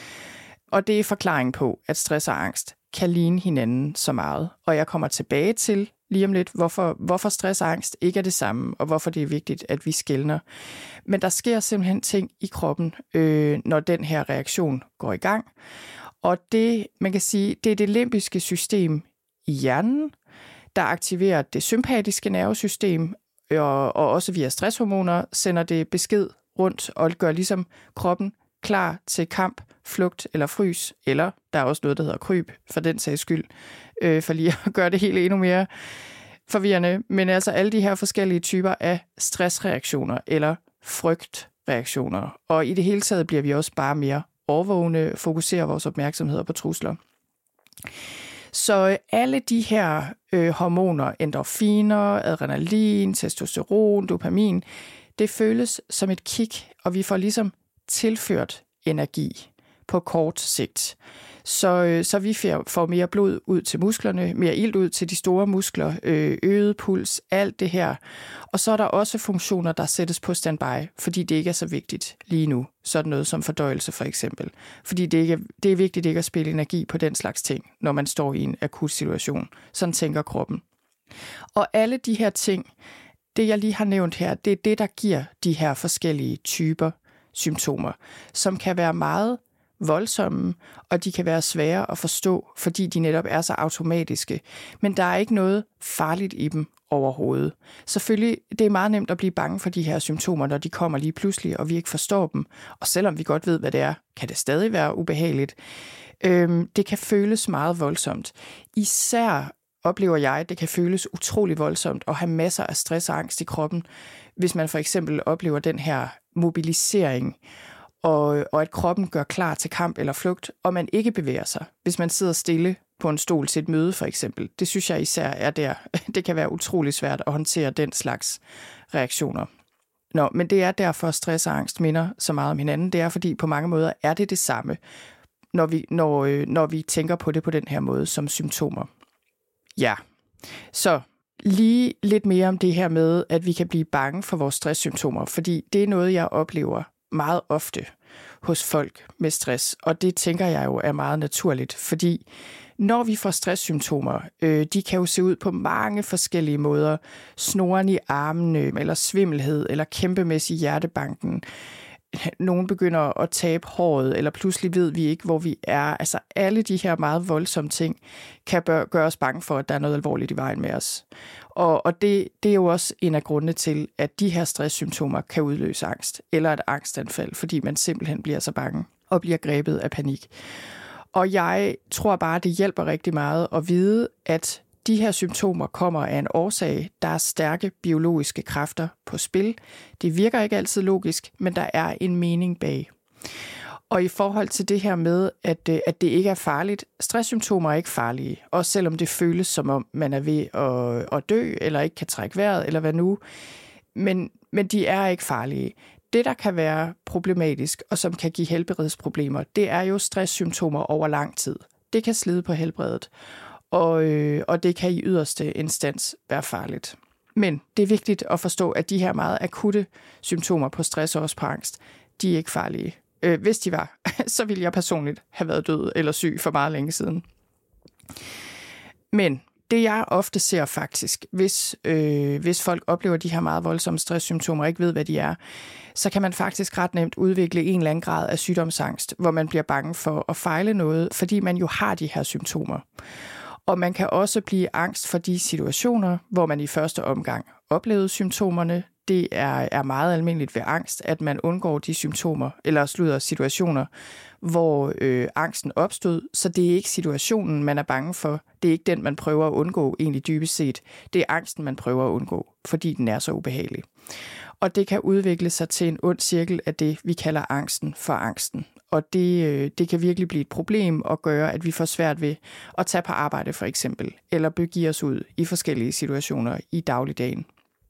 Og det er forklaringen på, at stress og angst kan ligne hinanden så meget. Og jeg kommer tilbage til lige om lidt, hvorfor stress og angst ikke er det samme, og hvorfor det er vigtigt, at vi skelner. Men der sker simpelthen ting i kroppen, når den her reaktion går i gang. Og det, man kan sige, det er det limbiske system i hjernen, der aktiverer det sympatiske nervesystem, og også via stresshormoner sender det besked rundt og gør ligesom kroppen klar til kamp, flugt eller frys, eller der er også noget, der hedder kryb, for den sags skyld, for lige at gøre det hele endnu mere forvirrende. Men altså alle de her forskellige typer af stressreaktioner eller frygtreaktioner. Og i det hele taget bliver vi også bare mere overvågne, fokuserer vores opmærksomhed på trusler. Så alle de her hormoner, endorfiner, adrenalin, testosteron, dopamin, det føles som et kick, og vi får ligesom tilført energi på kort sigt. Så vi får mere blod ud til musklerne, mere ilt ud til de store muskler, øget puls, alt det her. Og så er der også funktioner, der sættes på standby, fordi det ikke er så vigtigt lige nu. Sådan noget som fordøjelse for eksempel. Fordi det er vigtigt ikke at spille energi på den slags ting, når man står i en akut situation. Sådan tænker kroppen. Og alle de her ting, det jeg lige har nævnt her, det er det, der giver de her forskellige typer symptomer, som kan være meget voldsomme, og de kan være svære at forstå, fordi de netop er så automatiske. Men der er ikke noget farligt i dem overhovedet. Selvfølgelig, det er meget nemt at blive bange for de her symptomer, når de kommer lige pludselig, og vi ikke forstår dem. Og selvom vi godt ved, hvad det er, kan det stadig være ubehageligt. Det kan føles meget voldsomt. Især oplever jeg, at det kan føles utrolig voldsomt at have masser af stress og angst i kroppen, hvis man for eksempel oplever den her mobilisering, og at kroppen gør klar til kamp eller flugt, og man ikke bevæger sig. Hvis man sidder stille på en stol til et møde for eksempel, det synes jeg især er der. Det kan være utrolig svært at håndtere den slags reaktioner. Men det er derfor, stress og angst minder så meget om hinanden. Det er fordi på mange måder er det samme, når vi tænker på det på den her måde som symptomer. Ja, så lige lidt mere om det her med, at vi kan blive bange for vores stresssymptomer, fordi det er noget, jeg oplever meget ofte hos folk med stress, og det tænker jeg jo er meget naturligt, fordi når vi får stresssymptomer, de kan jo se ud på mange forskellige måder. Snoren i armene, eller svimmelhed, eller kæmpemæssig hjertebanken. nogen begynder at tabe håret, eller pludselig ved vi ikke, hvor vi er. Altså alle de her meget voldsomme ting kan gøre os bange for, at der er noget alvorligt i vejen med os. Og det er jo også en af grundene til, at de her stresssymptomer kan udløse angst, eller et angstanfald, fordi man simpelthen bliver så bange og bliver grebet af panik. Og jeg tror bare, det hjælper rigtig meget at vide, at de her symptomer kommer af en årsag. Der er stærke biologiske kræfter på spil. Det virker ikke altid logisk, men der er en mening bag. Og i forhold til det her med, at det ikke er farligt, stresssymptomer er ikke farlige. Også selvom det føles som om, man er ved at dø, eller ikke kan trække vejret, eller hvad nu. Men de er ikke farlige. Det, der kan være problematisk, og som kan give helbredsproblemer, det er jo stresssymptomer over lang tid. Det kan slide på helbredet. Og det kan i yderste instans være farligt. Men det er vigtigt at forstå, at de her meget akutte symptomer på stress og også på angst, de er ikke farlige. Hvis de var, så ville jeg personligt have været død eller syg for meget længe siden. Men det jeg ofte ser faktisk, hvis folk oplever de her meget voldsomme stresssymptomer og ikke ved, hvad de er, så kan man faktisk ret nemt udvikle en eller anden grad af sygdomsangst, hvor man bliver bange for at fejle noget, fordi man jo har de her symptomer. Og man kan også blive angst for de situationer, hvor man i første omgang oplevede symptomerne. Det er meget almindeligt ved angst, at man undgår de symptomer, eller situationer, hvor angsten opstod. Så det er ikke situationen, man er bange for. Det er ikke den, man prøver at undgå egentlig dybest set. Det er angsten, man prøver at undgå, fordi den er så ubehagelig. Og det kan udvikle sig til en ond cirkel af det, vi kalder angsten for angsten. Og det kan virkelig blive et problem og gøre, at vi får svært ved at tage på arbejde for eksempel, eller begive os ud i forskellige situationer i dagligdagen.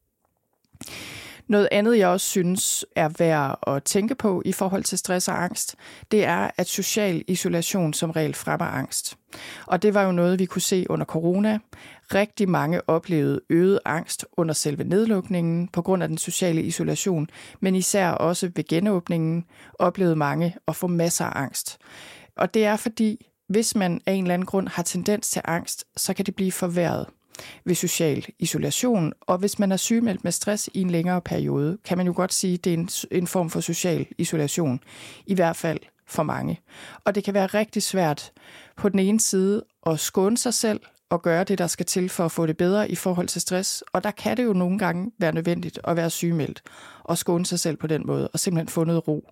Noget andet, jeg også synes er værd at tænke på i forhold til stress og angst, det er, at social isolation som regel fremmer angst. Og det var jo noget, vi kunne se under corona. Rigtig mange oplevede øget angst under selve nedlukningen på grund af den sociale isolation, men især også ved genåbningen oplevede mange at få masser af angst. Og det er fordi, hvis man af en eller anden grund har tendens til angst, så kan det blive forværret ved social isolation, og hvis man er sygemeldt med stress i en længere periode, kan man jo godt sige, at det er en form for social isolation, i hvert fald for mange. Og det kan være rigtig svært på den ene side at skåne sig selv og gøre det, der skal til for at få det bedre i forhold til stress, og der kan det jo nogle gange være nødvendigt at være sygemeldt og skåne sig selv på den måde, og simpelthen få noget ro.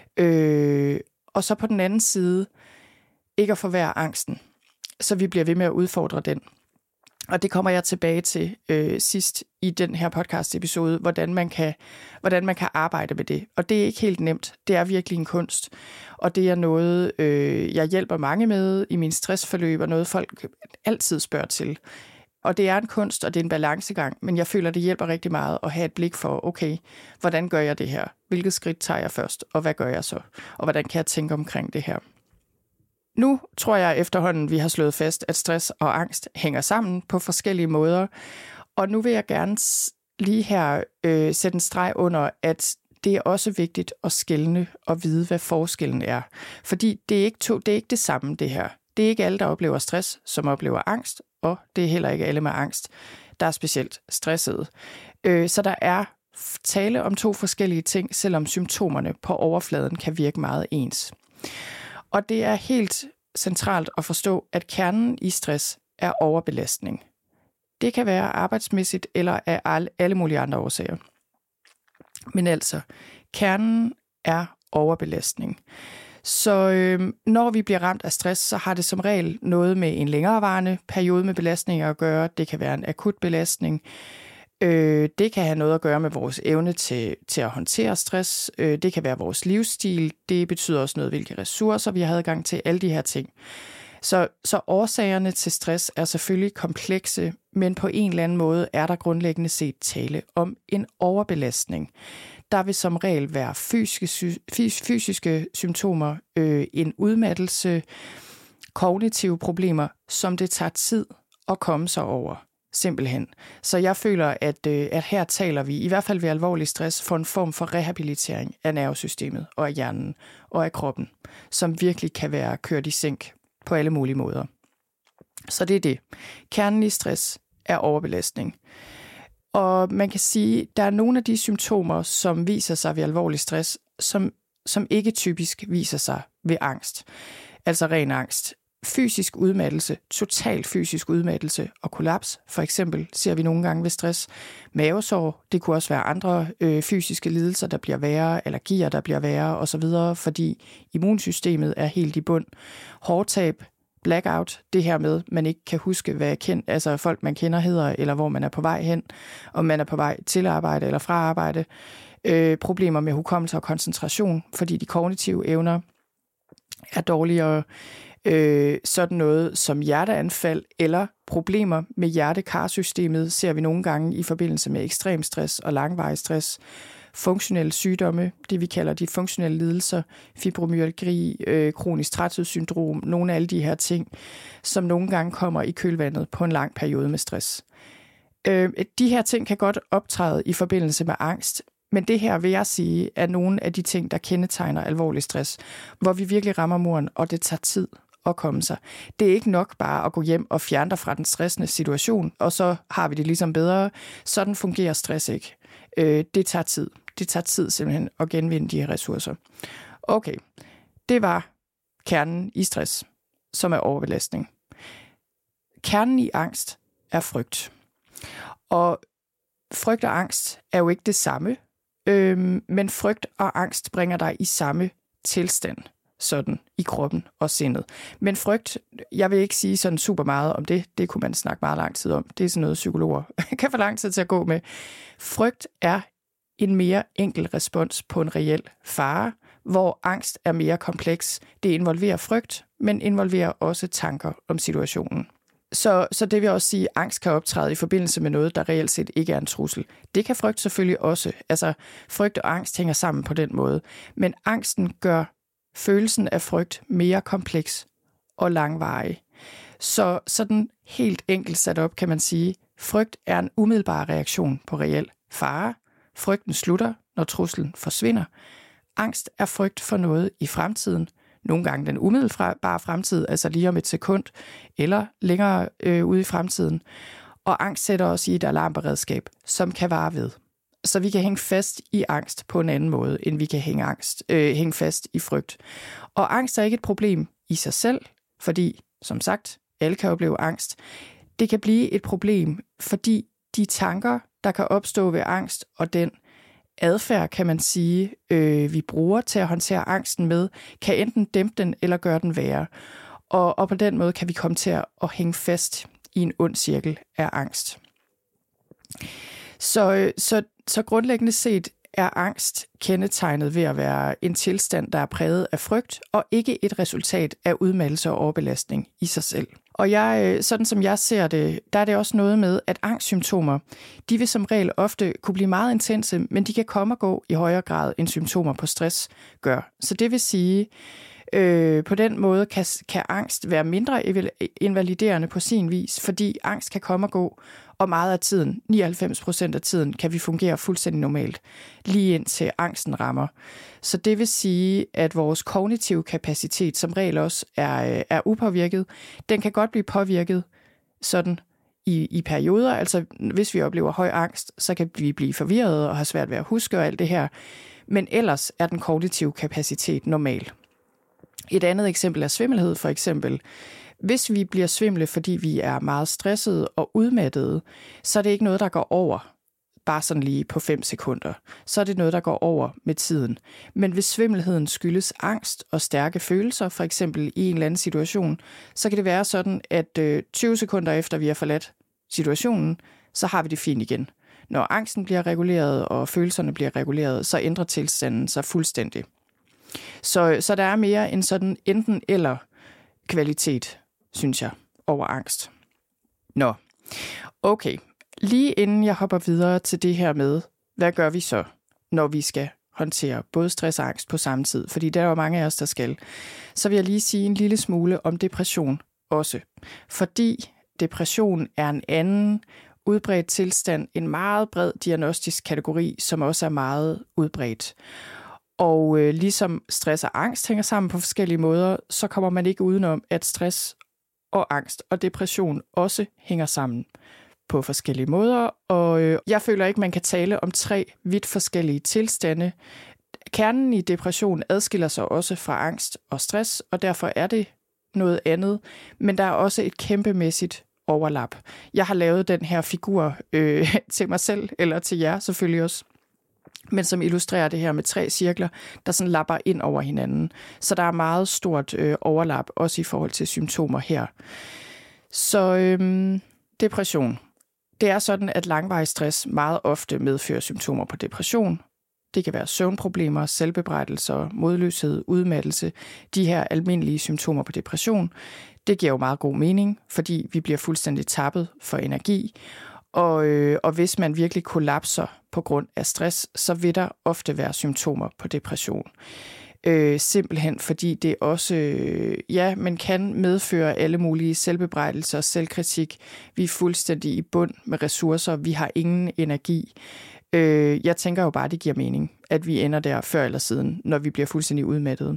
Og så på den anden side, ikke at forværre angsten, så vi bliver ved med at udfordre den. Og det kommer jeg tilbage til sidst i den her podcast-episode, hvordan man kan arbejde med det. Og det er ikke helt nemt. Det er virkelig en kunst. Og det er noget, jeg hjælper mange med i min stressforløb, og noget folk altid spørger til. Og det er en kunst, og det er en balancegang, men jeg føler, det hjælper rigtig meget at have et blik for, okay, hvordan gør jeg det her? Hvilket skridt tager jeg først, og hvad gør jeg så? Og hvordan kan jeg tænke omkring det her? Nu tror jeg efterhånden, vi har slået fast, at stress og angst hænger sammen på forskellige måder. Og nu vil jeg gerne lige her sætte en streg under, at det er også vigtigt at skelne og vide, hvad forskellen er. Fordi det er ikke det samme, det her. Det er ikke alle, der oplever stress, som oplever angst, og det er heller ikke alle med angst, der er specielt stressede. Så der er tale om to forskellige ting, selvom symptomerne på overfladen kan virke meget ens. Og det er helt centralt at forstå, at kernen i stress er overbelastning. Det kan være arbejdsmæssigt eller af alle mulige andre årsager. Men altså, kernen er overbelastning. Så når vi bliver ramt af stress, så har det som regel noget med en længerevarende periode med belastning at gøre. Det kan være en akut belastning. Det kan have noget at gøre med vores evne til at håndtere stress. Det kan være vores livsstil. Det betyder også noget, hvilke ressourcer vi har adgang til. Alle de her ting. Så årsagerne til stress er selvfølgelig komplekse, men på en eller anden måde er der grundlæggende set tale om en overbelastning. Der vil som regel være fysiske symptomer, en udmattelse, kognitive problemer, som det tager tid at komme sig over. Simpelthen. Så jeg føler, at her taler vi, i hvert fald ved alvorlig stress, for en form for rehabilitering af nervesystemet og af hjernen og af kroppen, som virkelig kan være kørt i sænk på alle mulige måder. Så det er det. Kernen i stress er overbelastning. Og man kan sige, at der er nogle af de symptomer, som viser sig ved alvorlig stress, som som ikke typisk viser sig ved angst. Altså ren angst. Fysisk udmattelse, total fysisk udmattelse og kollaps, for eksempel, ser vi nogle gange ved stress. Mavesår, det kunne også være andre fysiske lidelser, der bliver værre, allergier, der bliver værre osv., fordi immunsystemet er helt i bund. Hårtab, blackout, det her med, man ikke kan huske, hvad folk, man kender, hedder, eller hvor man er på vej hen, om man er på vej til arbejde eller fra arbejde. Problemer med hukommelse og koncentration, fordi de kognitive evner er dårligere. Sådan noget som hjerteanfald eller problemer med hjertekarsystemet ser vi nogle gange i forbindelse med ekstrem stress og langvarig stress. Funktionelle sygdomme, det vi kalder de funktionelle lidelser, fibromyalgi, kronisk træthedssyndrom, nogle af alle de her ting, som nogle gange kommer i kølvandet på en lang periode med stress. De her ting kan godt optræde i forbindelse med angst, men det her vil jeg sige er nogle af de ting, der kendetegner alvorlig stress, hvor vi virkelig rammer muren, og det tager tid at komme sig. Det er ikke nok bare at gå hjem og fjerne dig fra den stressende situation, og så har vi det ligesom bedre. Sådan fungerer stress ikke. Det tager tid. Det tager tid simpelthen at genvinde de her ressourcer. Okay, det var kernen i stress, som er overbelastning. Kernen i angst er frygt. Og frygt og angst er jo ikke det samme, men frygt og angst bringer dig i samme tilstand, sådan i kroppen og sindet. Men frygt, jeg vil ikke sige sådan super meget om det. Det kunne man snakke meget lang tid om. Det er sådan noget, psykologer kan få lang tid til at gå med. Frygt er en mere enkel respons på en reel fare, hvor angst er mere kompleks. Det involverer frygt, men involverer også tanker om situationen. Så det vil også sige, at angst kan optræde i forbindelse med noget, der reelt set ikke er en trussel. Det kan frygt selvfølgelig også. Altså, frygt og angst hænger sammen på den måde. Men angsten gør følelsen af frygt mere kompleks og langvarig. Så sådan helt enkelt sat op kan man sige, frygt er en umiddelbar reaktion på reel fare. Frygten slutter, når truslen forsvinder. Angst er frygt for noget i fremtiden. Nogle gange den umiddelbare fremtid, altså lige om et sekund, eller længere ude i fremtiden. Og angst sætter os i et alarmberedskab, som kan vare ved. Så vi kan hænge fast i angst på en anden måde, end vi kan hænge fast i frygt. Og angst er ikke et problem i sig selv, fordi, som sagt, alle kan opleve angst. Det kan blive et problem, fordi de tanker, der kan opstå ved angst, og den adfærd, kan man sige, vi bruger til at håndtere angsten med, kan enten dæmpe den eller gøre den værre. Og på den måde kan vi komme til at hænge fast i en ond cirkel af angst. Så grundlæggende set er angst kendetegnet ved at være en tilstand, der er præget af frygt, og ikke et resultat af udmattelse og overbelastning i sig selv. Og sådan som jeg ser det, der er det også noget med, at angstsymptomer, de vil som regel ofte kunne blive meget intense, men de kan komme og gå i højere grad, end symptomer på stress gør. Så det vil sige, på den måde kan angst være mindre invaliderende på sin vis, fordi angst kan komme og gå, og meget af tiden, 99% af tiden, kan vi fungere fuldstændig normalt, lige indtil angsten rammer. Så det vil sige, at vores kognitive kapacitet som regel også er upåvirket. Den kan godt blive påvirket sådan i perioder. Altså hvis vi oplever høj angst, så kan vi blive forvirrede og have svært ved at huske og alt det her. Men ellers er den kognitive kapacitet normal. Et andet eksempel er svimmelhed for eksempel. Hvis vi bliver svimle, fordi vi er meget stressede og udmattede, så er det ikke noget, der går over bare sådan lige på 5 sekunder. Så er det noget, der går over med tiden. Men hvis svimmelheden skyldes angst og stærke følelser, for eksempel i en eller anden situation, så kan det være sådan, at 20 sekunder efter vi har forladt situationen, så har vi det fint igen. Når angsten bliver reguleret og følelserne bliver reguleret, så ændrer tilstanden sig fuldstændig. Så der er mere en sådan enten eller kvalitet, synes jeg, over angst. Nå, okay. Lige inden jeg hopper videre til det her med, hvad gør vi så, når vi skal håndtere både stress og angst på samme tid? Fordi der er jo mange af os, der skal. Så vil jeg lige sige en lille smule om depression også. Fordi depression er en anden udbredt tilstand, en meget bred diagnostisk kategori, som også er meget udbredt. Og ligesom stress og angst hænger sammen på forskellige måder, så kommer man ikke udenom, at stress og angst og depression også hænger sammen på forskellige måder. Og jeg føler ikke, man kan tale om 3 vidt forskellige tilstande. kernen i depression adskiller sig også fra angst og stress, og derfor er det noget andet, men der er også et kæmpemæssigt overlap. Jeg har lavet den her figur til mig selv, eller til jer selvfølgelig også, men som illustrerer det her med 3 cirkler, der sådan lapper ind over hinanden. Så der er meget stort overlap, også i forhold til symptomer her. Så depression. Det er sådan, at langvarig stress meget ofte medfører symptomer på depression. Det kan være søvnproblemer, selvbebrejdelser, modløshed, udmattelse, de her almindelige symptomer på depression. Det giver jo meget god mening, fordi vi bliver fuldstændig tappet for energi. Og hvis man virkelig kollapser på grund af stress, så vil der ofte være symptomer på depression. Simpelthen fordi det også, man kan medføre alle mulige selvbebrejdelser og selvkritik. Vi er fuldstændig i bund med ressourcer, vi har ingen energi. Jeg tænker jo bare, det giver mening, at vi ender der før eller siden, når vi bliver fuldstændig udmattede.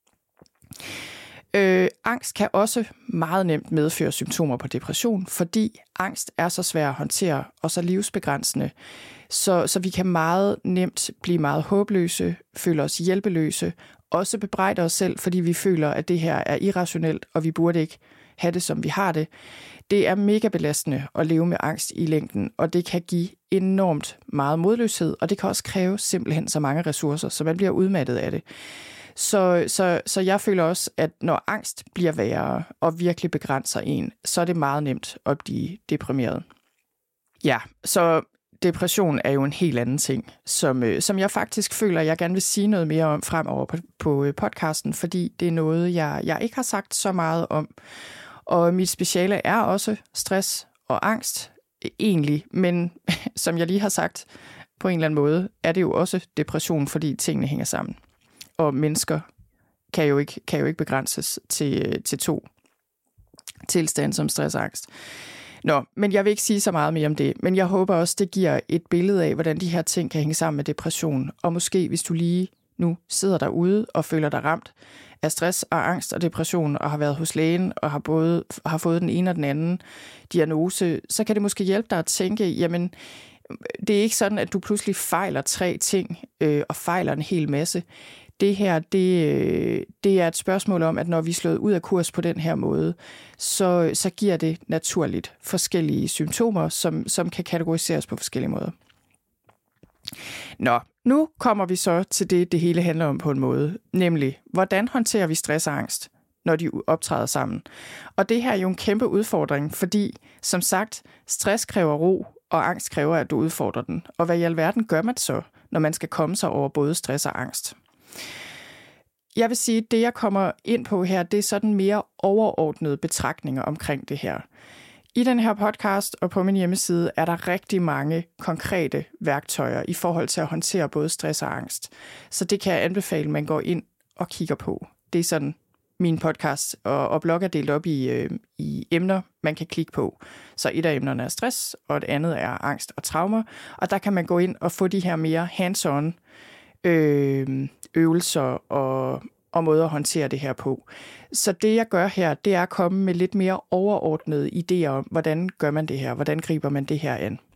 Angst kan også meget nemt medføre symptomer på depression, fordi angst er så svær at håndtere og så livsbegrænsende, så vi kan meget nemt blive meget håbløse, føle os hjælpeløse, også bebrejde os selv, fordi vi føler, at det her er irrationelt, og vi burde ikke have det, som vi har det. Det er mega belastende at leve med angst i længden, og det kan give enormt meget modløshed, og det kan også kræve simpelthen så mange ressourcer, så man bliver udmattet af det. Så jeg føler også, at når angst bliver værre og virkelig begrænser en, så er det meget nemt at blive deprimeret. Ja, så depression er jo en helt anden ting, som jeg faktisk føler, jeg gerne vil sige noget mere om fremover på podcasten, fordi det er noget, jeg ikke har sagt så meget om. Og mit speciale er også stress og angst, egentlig, men som jeg lige har sagt, på en eller anden måde, er det jo også depression, fordi tingene hænger sammen. Og mennesker kan jo ikke begrænses til 2 tilstande som stress og angst. Men jeg vil ikke sige så meget mere om det. Men jeg håber også, det giver et billede af, hvordan de her ting kan hænge sammen med depression. Og måske, hvis du lige nu sidder derude og føler dig ramt af stress og angst og depression, og har været hos lægen og har fået den ene og den anden diagnose, så kan det måske hjælpe dig at tænke, jamen, det er ikke sådan, at du pludselig fejler 3 ting og fejler en hel masse. Det her, det er et spørgsmål om, at når vi er slået ud af kurs på den her måde, så giver det naturligt forskellige symptomer, som kan kategoriseres på forskellige måder. Nu kommer vi så til det hele handler om på en måde, nemlig, hvordan håndterer vi stress og angst, når de optræder sammen? Og det her er jo en kæmpe udfordring, fordi, som sagt, stress kræver ro, og angst kræver, at du udfordrer den. Og hvad i alverden gør man så, når man skal komme sig over både stress og angst? Jeg vil sige, at det, jeg kommer ind på her, det er sådan mere overordnede betragtninger omkring det her. I den her podcast og på min hjemmeside er der rigtig mange konkrete værktøjer i forhold til at håndtere både stress og angst. Så det kan jeg anbefale, at man går ind og kigger på. Det er sådan, min podcast og blog er delt op i emner, man kan klikke på. Så et af emnerne er stress, og det andet er angst og traumer. Og der kan man gå ind og få de her mere hands-on øvelser og måder at håndtere det her på. Så det, jeg gør her, det er at komme med lidt mere overordnede idéer om, hvordan gør man det her, hvordan griber man det her an.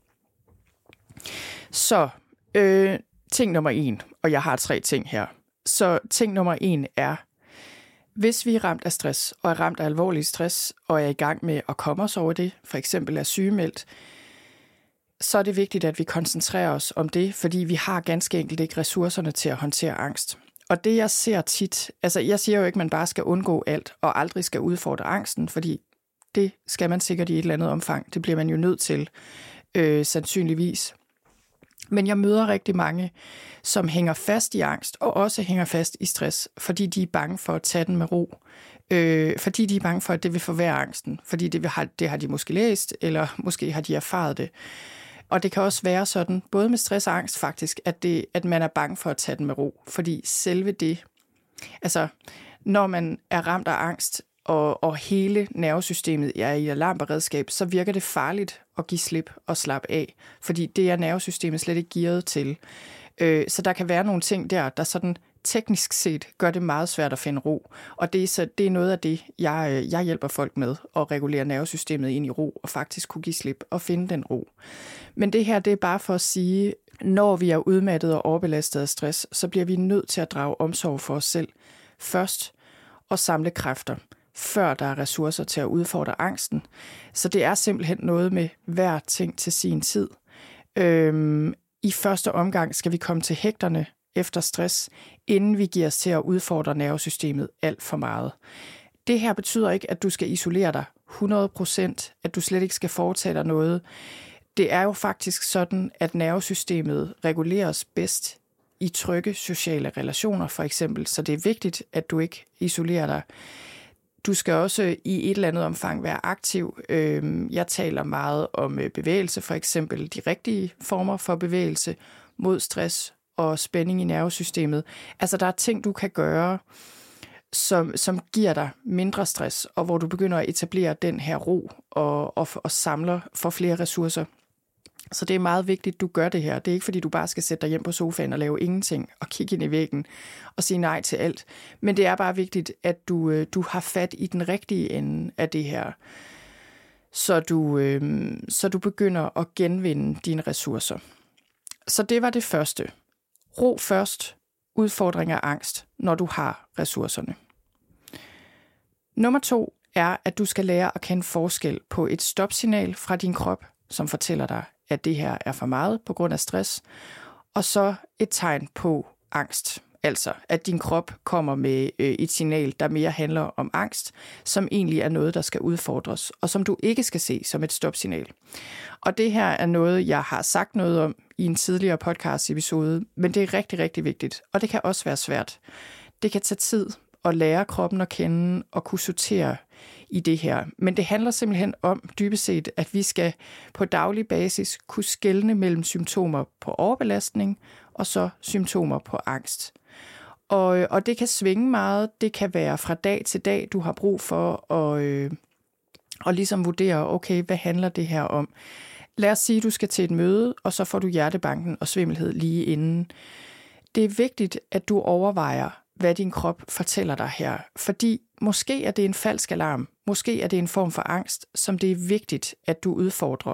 Så ting nummer 1, og jeg har 3 ting her. Så ting nummer 1 er, hvis vi er ramt af stress, og er ramt af alvorlig stress, og er i gang med at komme os over det, for eksempel er sygemeldt, så er det vigtigt, at vi koncentrerer os om det, fordi vi har ganske enkelt ikke ressourcerne til at håndtere angst. Og det, jeg ser tit, altså jeg siger jo ikke, at man bare skal undgå alt, og aldrig skal udfordre angsten, fordi det skal man sikkert i et eller andet omfang. Det bliver man jo nødt til, sandsynligvis. Men jeg møder rigtig mange, som hænger fast i angst, og også hænger fast i stress, fordi de er bange for at tage den med ro. Fordi de er bange for, at det vil forværre angsten. Fordi det har de måske læst, eller måske har de erfaret det. Og det kan også være sådan, både med stress og angst faktisk, at man er bange for at tage den med ro. Fordi selve det, altså når man er ramt af angst, og hele nervesystemet er i alarmberedskab, så virker det farligt at give slip og slappe af. Fordi det er nervesystemet slet ikke gearet til. Så der kan være nogle ting der sådan teknisk set gør det meget svært at finde ro. Og det er noget af det, jeg hjælper folk med, at regulere nervesystemet ind i ro, og faktisk kunne give slip og finde den ro. Men det her, det er bare for at sige, når vi er udmattet og overbelastet af stress, så bliver vi nødt til at drage omsorg for os selv først og samle kræfter, før der er ressourcer til at udfordre angsten. Så det er simpelthen noget med hver ting til sin tid. I første omgang skal vi komme til hægterne efter stress, inden vi giver os til at udfordre nervesystemet alt for meget. Det her betyder ikke, at du skal isolere dig 100%, at du slet ikke skal foretage dig noget. Det er jo faktisk sådan, at nervesystemet reguleres bedst i trygge sociale relationer, for eksempel. Så det er vigtigt, at du ikke isolerer dig. Du skal også i et eller andet omfang være aktiv. Jeg taler meget om bevægelse, for eksempel de rigtige former for bevægelse mod stress og spænding i nervesystemet. Altså, der er ting, du kan gøre, som giver dig mindre stress, og hvor du begynder at etablere den her ro og samler for flere ressourcer. Så det er meget vigtigt, at du gør det her. Det er ikke, fordi du bare skal sætte dig hjem på sofaen og lave ingenting og kigge ind i væggen og sige nej til alt. Men det er bare vigtigt, at du har fat i den rigtige ende af det her, så du begynder at genvinde dine ressourcer. Så det var det første. Ro først, udfordring af angst, når du har ressourcerne. Nummer 2 er, at du skal lære at kende forskel på et stopsignal fra din krop, som fortæller dig, at det her er for meget på grund af stress, og så et tegn på angst. Altså, at din krop kommer med et signal, der mere handler om angst, som egentlig er noget, der skal udfordres, og som du ikke skal se som et stopsignal. Og det her er noget, jeg har sagt noget om i en tidligere podcast-episode, men det er rigtig, rigtig vigtigt, og det kan også være svært. Det kan tage tid at lære kroppen at kende og kunne sortere i det her. Men det handler simpelthen om, dybest set, at vi skal på daglig basis kunne skelne mellem symptomer på overbelastning og så symptomer på angst. Og det kan svinge meget. Det kan være fra dag til dag, du har brug for at ligesom vurdere, okay, hvad handler det her om? Lad os sige, at du skal til et møde, og så får du hjertebanken og svimmelhed lige inden. Det er vigtigt, at du overvejer, hvad din krop fortæller dig her. Fordi måske er det en falsk alarm. Måske er det en form for angst, som det er vigtigt, at du udfordrer.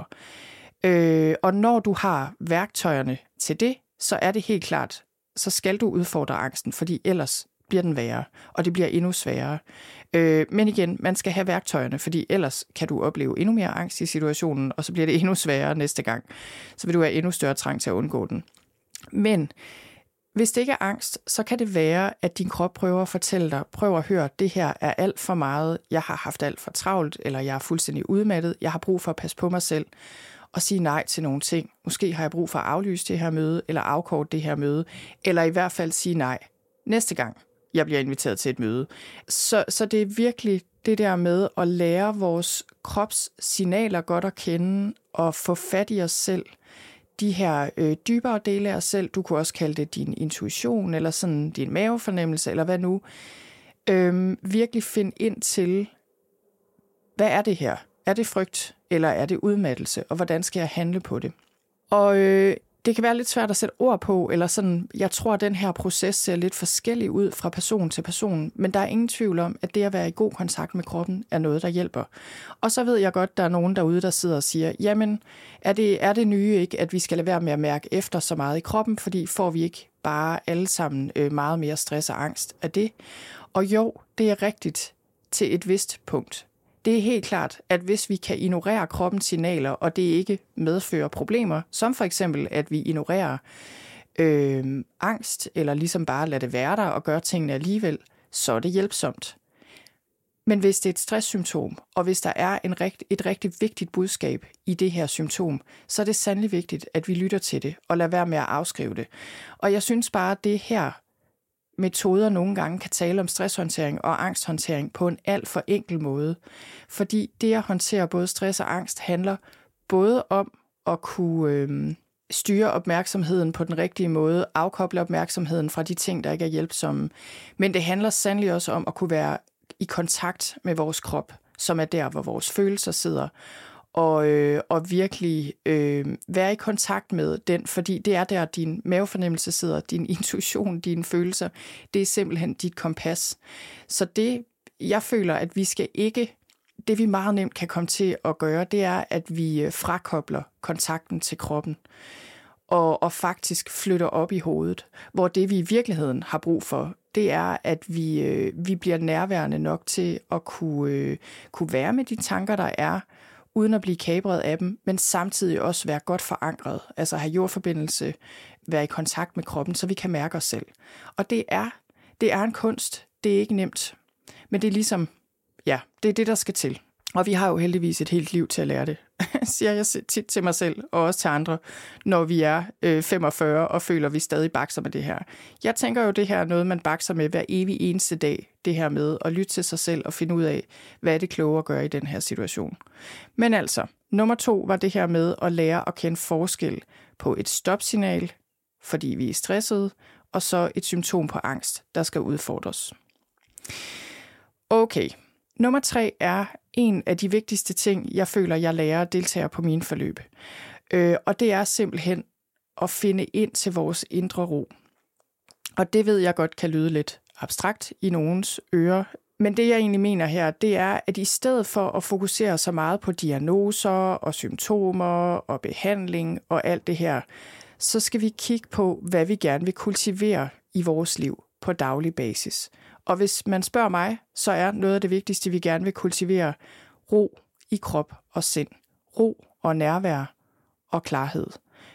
Og når du har værktøjerne til det, så er det helt klart, så skal du udfordre angsten, fordi ellers bliver den værre, og det bliver endnu sværere. Men igen, man skal have værktøjerne, fordi ellers kan du opleve endnu mere angst i situationen, og så bliver det endnu sværere næste gang. Så vil du have endnu større trang til at undgå den. Men hvis det ikke er angst, så kan det være, at din krop prøver at fortælle dig, prøv at høre, det her er alt for meget, jeg har haft alt for travlt, eller jeg er fuldstændig udmattet, jeg har brug for at passe på mig selv, og sige nej til nogle ting. Måske har jeg brug for at aflyse det her møde, eller afkorte det her møde, eller i hvert fald sige nej næste gang, jeg bliver inviteret til et møde. Så det er virkelig det der med at lære vores krops signaler godt at kende, og få fat i os selv. De her dybere dele af os selv, du kunne også kalde det din intuition, eller sådan din mavefornemmelse, eller hvad nu. Virkelig finde ind til, hvad er det her? Er det frygt, eller er det udmattelse, og hvordan skal jeg handle på det? Og det kan være lidt svært at sætte ord på, eller sådan, jeg tror, at den her proces ser lidt forskellig ud fra person til person, men der er ingen tvivl om, at det at være i god kontakt med kroppen er noget, der hjælper. Og så ved jeg godt, der er nogen derude, der sidder og siger, jamen, er det nye ikke, at vi skal lade være med at mærke efter så meget i kroppen, fordi får vi ikke bare alle sammen meget mere stress og angst af det? Og jo, det er rigtigt til et vist punkt. Det er helt klart, at hvis vi kan ignorere kroppens signaler, og det ikke medfører problemer, som for eksempel, at vi ignorerer angst, eller ligesom bare lader det være der og gøre tingene alligevel, så er det hjælpsomt. Men hvis det er et stresssymptom, og hvis der er et rigtig vigtigt budskab i det her symptom, så er det sandelig vigtigt, at vi lytter til det, og lader være med at afskrive det. Og jeg synes bare, at det her metoder nogle gange kan tale om stresshåndtering og angsthåndtering på en alt for enkel måde. Fordi det at håndtere både stress og angst handler både om at kunne styre opmærksomheden på den rigtige måde, afkoble opmærksomheden fra de ting, der ikke er hjælpsomme. Men det handler sandelig også om at kunne være i kontakt med vores krop, som er der, hvor vores følelser sidder. og virkelig være i kontakt med den, fordi det er der, din mavefornemmelse sidder, din intuition, dine følelser, det er simpelthen dit kompas. Så det, jeg føler, at vi skal ikke, det vi meget nemt kan komme til at gøre, det er, at vi frakobler kontakten til kroppen, og faktisk flytter op i hovedet, hvor det vi i virkeligheden har brug for, det er, at vi bliver nærværende nok til at kunne være med de tanker, der er, uden at blive kapret af dem, men samtidig også være godt forankret, altså have jordforbindelse, være i kontakt med kroppen, så vi kan mærke os selv. Og det er en kunst, det er ikke nemt, men det er ligesom, ja, det er det, der skal til. Og vi har jo heldigvis et helt liv til at lære det, siger jeg tit til mig selv, og også til andre, når vi er 45 og føler, at vi stadig bakser med det her. Jeg tænker jo, det her er noget, man bakser med hver evig eneste dag, det her med at lytte til sig selv og finde ud af, hvad er det kloge at gøre i den her situation. Men altså, nummer 2 var det her med at lære at kende forskel på et stopsignal, fordi vi er stressede, og så et symptom på angst, der skal udfordres. Okay. Nummer 3 er en af de vigtigste ting, jeg føler, jeg lærer deltagere på mine forløb. Og det er simpelthen at finde ind til vores indre ro. Og det ved jeg godt kan lyde lidt abstrakt i nogens ører. Men det jeg egentlig mener her, det er, at i stedet for at fokusere så meget på diagnoser og symptomer og behandling og alt det her, så skal vi kigge på, hvad vi gerne vil kultivere i vores liv på daglig basis. Og hvis man spørger mig, så er noget af det vigtigste, vi gerne vil kultivere, ro i krop og sind. Ro og nærvær og klarhed.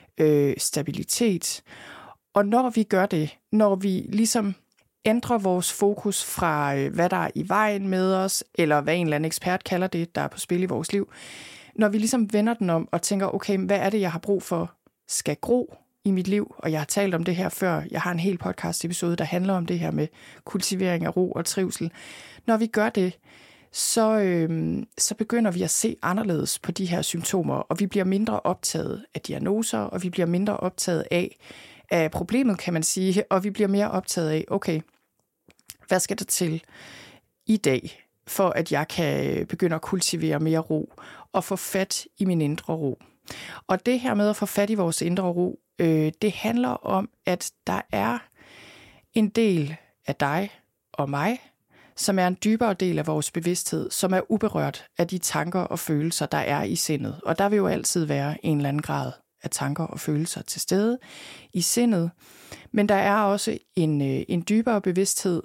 Stabilitet. Og når vi gør det, når vi ligesom ændrer vores fokus fra, hvad der er i vejen med os, eller hvad en eller anden ekspert kalder det, der er på spil i vores liv, når vi ligesom vender den om og tænker, okay, hvad er det, jeg har brug for, skal gro i mit liv, og jeg har talt om det her før. Jeg har en hel podcast-episode, der handler om det her med kultivering af ro og trivsel. Når vi gør det, så begynder vi at se anderledes på de her symptomer, og vi bliver mindre optaget af diagnoser, og vi bliver mindre optaget af problemet, kan man sige, og vi bliver mere optaget af, okay, hvad skal der til i dag, for at jeg kan begynde at kultivere mere ro, og få fat i min indre ro. Og det her med at få fat i vores indre ro, det handler om, at der er en del af dig og mig, som er en dybere del af vores bevidsthed, som er uberørt af de tanker og følelser, der er i sindet. Og der vil jo altid være en eller anden grad af tanker og følelser til stede i sindet. Men der er også en dybere bevidsthed,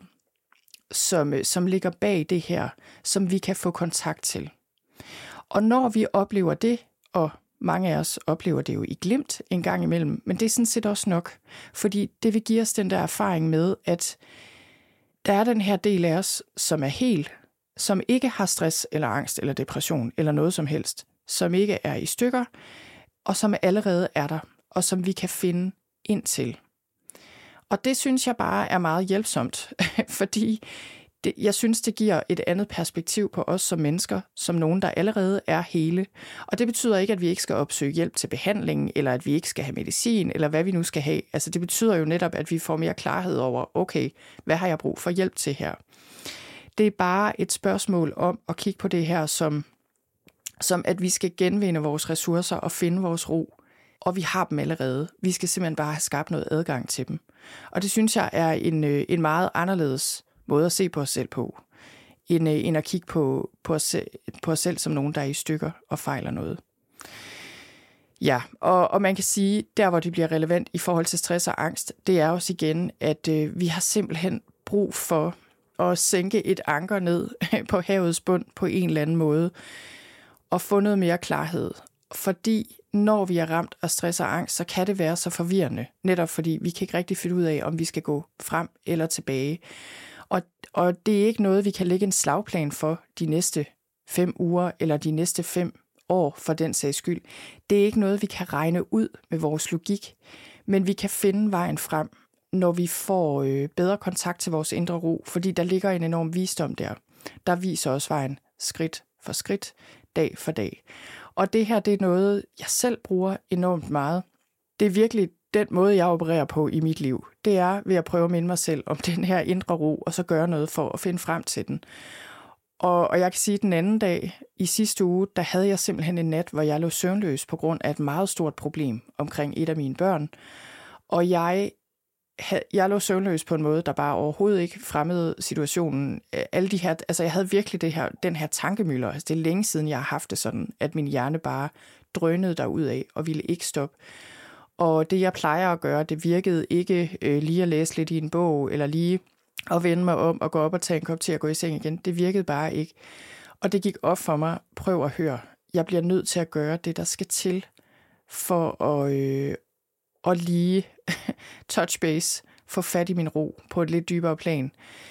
som ligger bag det her, som vi kan få kontakt til. Og når vi oplever det, og mange af os oplever det jo i glimt en gang imellem, men det er sådan set også nok, fordi det vil give os den der erfaring med, at der er den her del af os, som er hel, som ikke har stress eller angst eller depression eller noget som helst, som ikke er i stykker, og som allerede er der, og som vi kan finde ind til. Og det synes jeg bare er meget hjælpsomt, fordi jeg synes, det giver et andet perspektiv på os som mennesker, som nogen, der allerede er hele. Og det betyder ikke, at vi ikke skal opsøge hjælp til behandling, eller at vi ikke skal have medicin, eller hvad vi nu skal have. Altså det betyder jo netop, at vi får mere klarhed over, okay, hvad har jeg brug for hjælp til her? Det er bare et spørgsmål om at kigge på det her som at vi skal genvinde vores ressourcer og finde vores ro. Og vi har dem allerede. Vi skal simpelthen bare have skabt noget adgang til dem. Og det synes jeg er en meget anderledes måde at se på os selv på, end at kigge på os selv som nogen, der er i stykker og fejler noget. Ja, og man kan sige, der hvor det bliver relevant i forhold til stress og angst, det er også igen, at vi har simpelthen brug for at sænke et anker ned på havets bund på en eller anden måde, og få noget mere klarhed. Fordi når vi er ramt af stress og angst, så kan det være så forvirrende, netop fordi vi kan ikke rigtig finde ud af, om vi skal gå frem eller tilbage. Og det er ikke noget, vi kan lægge en slagplan for de næste 5 uger, eller de næste 5 år for den sags skyld. Det er ikke noget, vi kan regne ud med vores logik, men vi kan finde vejen frem, når vi får bedre kontakt til vores indre ro, fordi der ligger en enorm visdom der viser os vejen skridt for skridt, dag for dag. Og det her, det er noget, jeg selv bruger enormt meget. Det er virkelig den måde, jeg opererer på i mit liv. Det er ved at prøve at minde mig selv om den her indre ro, og så gøre noget for at finde frem til den. Og jeg kan sige, at den anden dag i sidste uge, der havde jeg simpelthen en nat, hvor jeg lå søvnløs på grund af et meget stort problem omkring et af mine børn. Og jeg lå søvnløs på en måde, der bare overhovedet ikke fremmede situationen. Alle de her, altså jeg havde virkelig den her tankemøller. Altså det er længe siden, jeg har haft det sådan, at min hjerne bare drønede derudad og ville ikke stoppe. Og det, jeg plejer at gøre, det virkede ikke lige at læse lidt i en bog, eller lige at vende mig om og gå op og tage en kop te og gå i seng igen. Det virkede bare ikke. Og det gik op for mig. Prøv at høre. Jeg bliver nødt til at gøre det, der skal til for at lige touch base, få fat i min ro på et lidt dybere plan.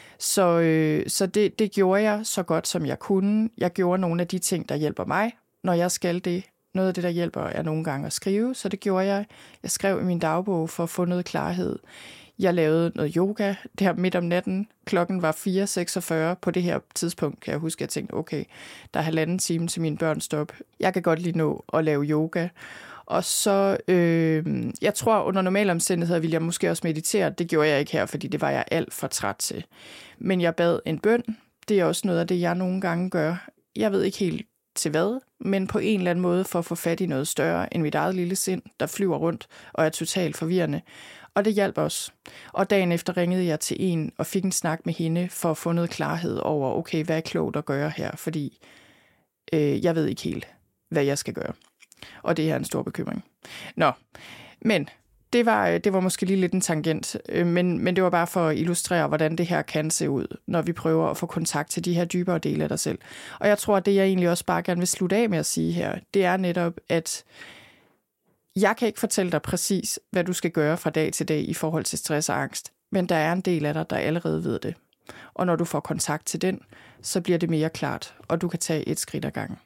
Så det gjorde jeg så godt, som jeg kunne. Jeg gjorde nogle af de ting, der hjælper mig, når jeg skal det. Noget af det, der hjælper, er nogle gange at skrive, så det gjorde jeg. Jeg skrev i min dagbog for at få noget klarhed. Jeg lavede noget yoga der midt om natten. Klokken var 4:46 på det her tidspunkt, kan jeg huske. Jeg tænkte, okay, der er 1,5 time til mine børn stop. Jeg kan godt lige nå at lave yoga. Og så, jeg tror, under normale omstændigheder ville jeg måske også meditere. Det gjorde jeg ikke her, fordi det var jeg alt for træt til. Men jeg bad en bøn. Det er også noget af det, jeg nogle gange gør. Jeg ved ikke helt til hvad, men på en eller anden måde for at få fat i noget større end mit eget lille sind, der flyver rundt og er totalt forvirrende. Og det hjalp også. Og dagen efter ringede jeg til en og fik en snak med hende for at få noget klarhed over, okay, hvad er klogt at gøre her? Fordi jeg ved ikke helt, hvad jeg skal gøre. Og det er en stor bekymring. Nå, men det var måske lige lidt en tangent, men det var bare for at illustrere, hvordan det her kan se ud, når vi prøver at få kontakt til de her dybere dele af dig selv. Og jeg tror, at det jeg egentlig også bare gerne vil slutte af med at sige her, det er netop, at jeg kan ikke fortælle dig præcis, hvad du skal gøre fra dag til dag i forhold til stress og angst, men der er en del af dig, der allerede ved det. Og når du får kontakt til den, så bliver det mere klart, og du kan tage et skridt ad gangen.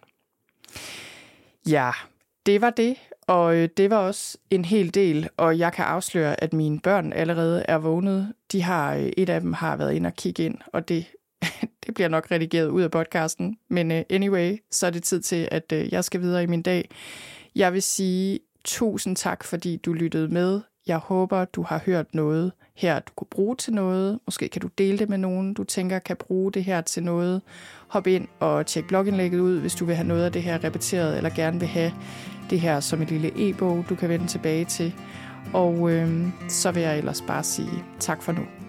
Ja, det var det, og det var også en hel del, og jeg kan afsløre, at mine børn allerede er vågnet. Et af dem har været inde og kigge ind, og det bliver nok redigeret ud af podcasten, men anyway, så er det tid til, at jeg skal videre i min dag. Jeg vil sige tusind tak, fordi du lyttede med. Jeg håber, du har hørt noget her, du kunne bruge til noget. Måske kan du dele det med nogen, du tænker kan bruge det her til noget. Hop ind og tjek blogindlægget ud, hvis du vil have noget af det her repeteret, eller gerne vil have det her som et lille e-bog, du kan vende tilbage til. Og så vil jeg ellers bare sige tak for nu.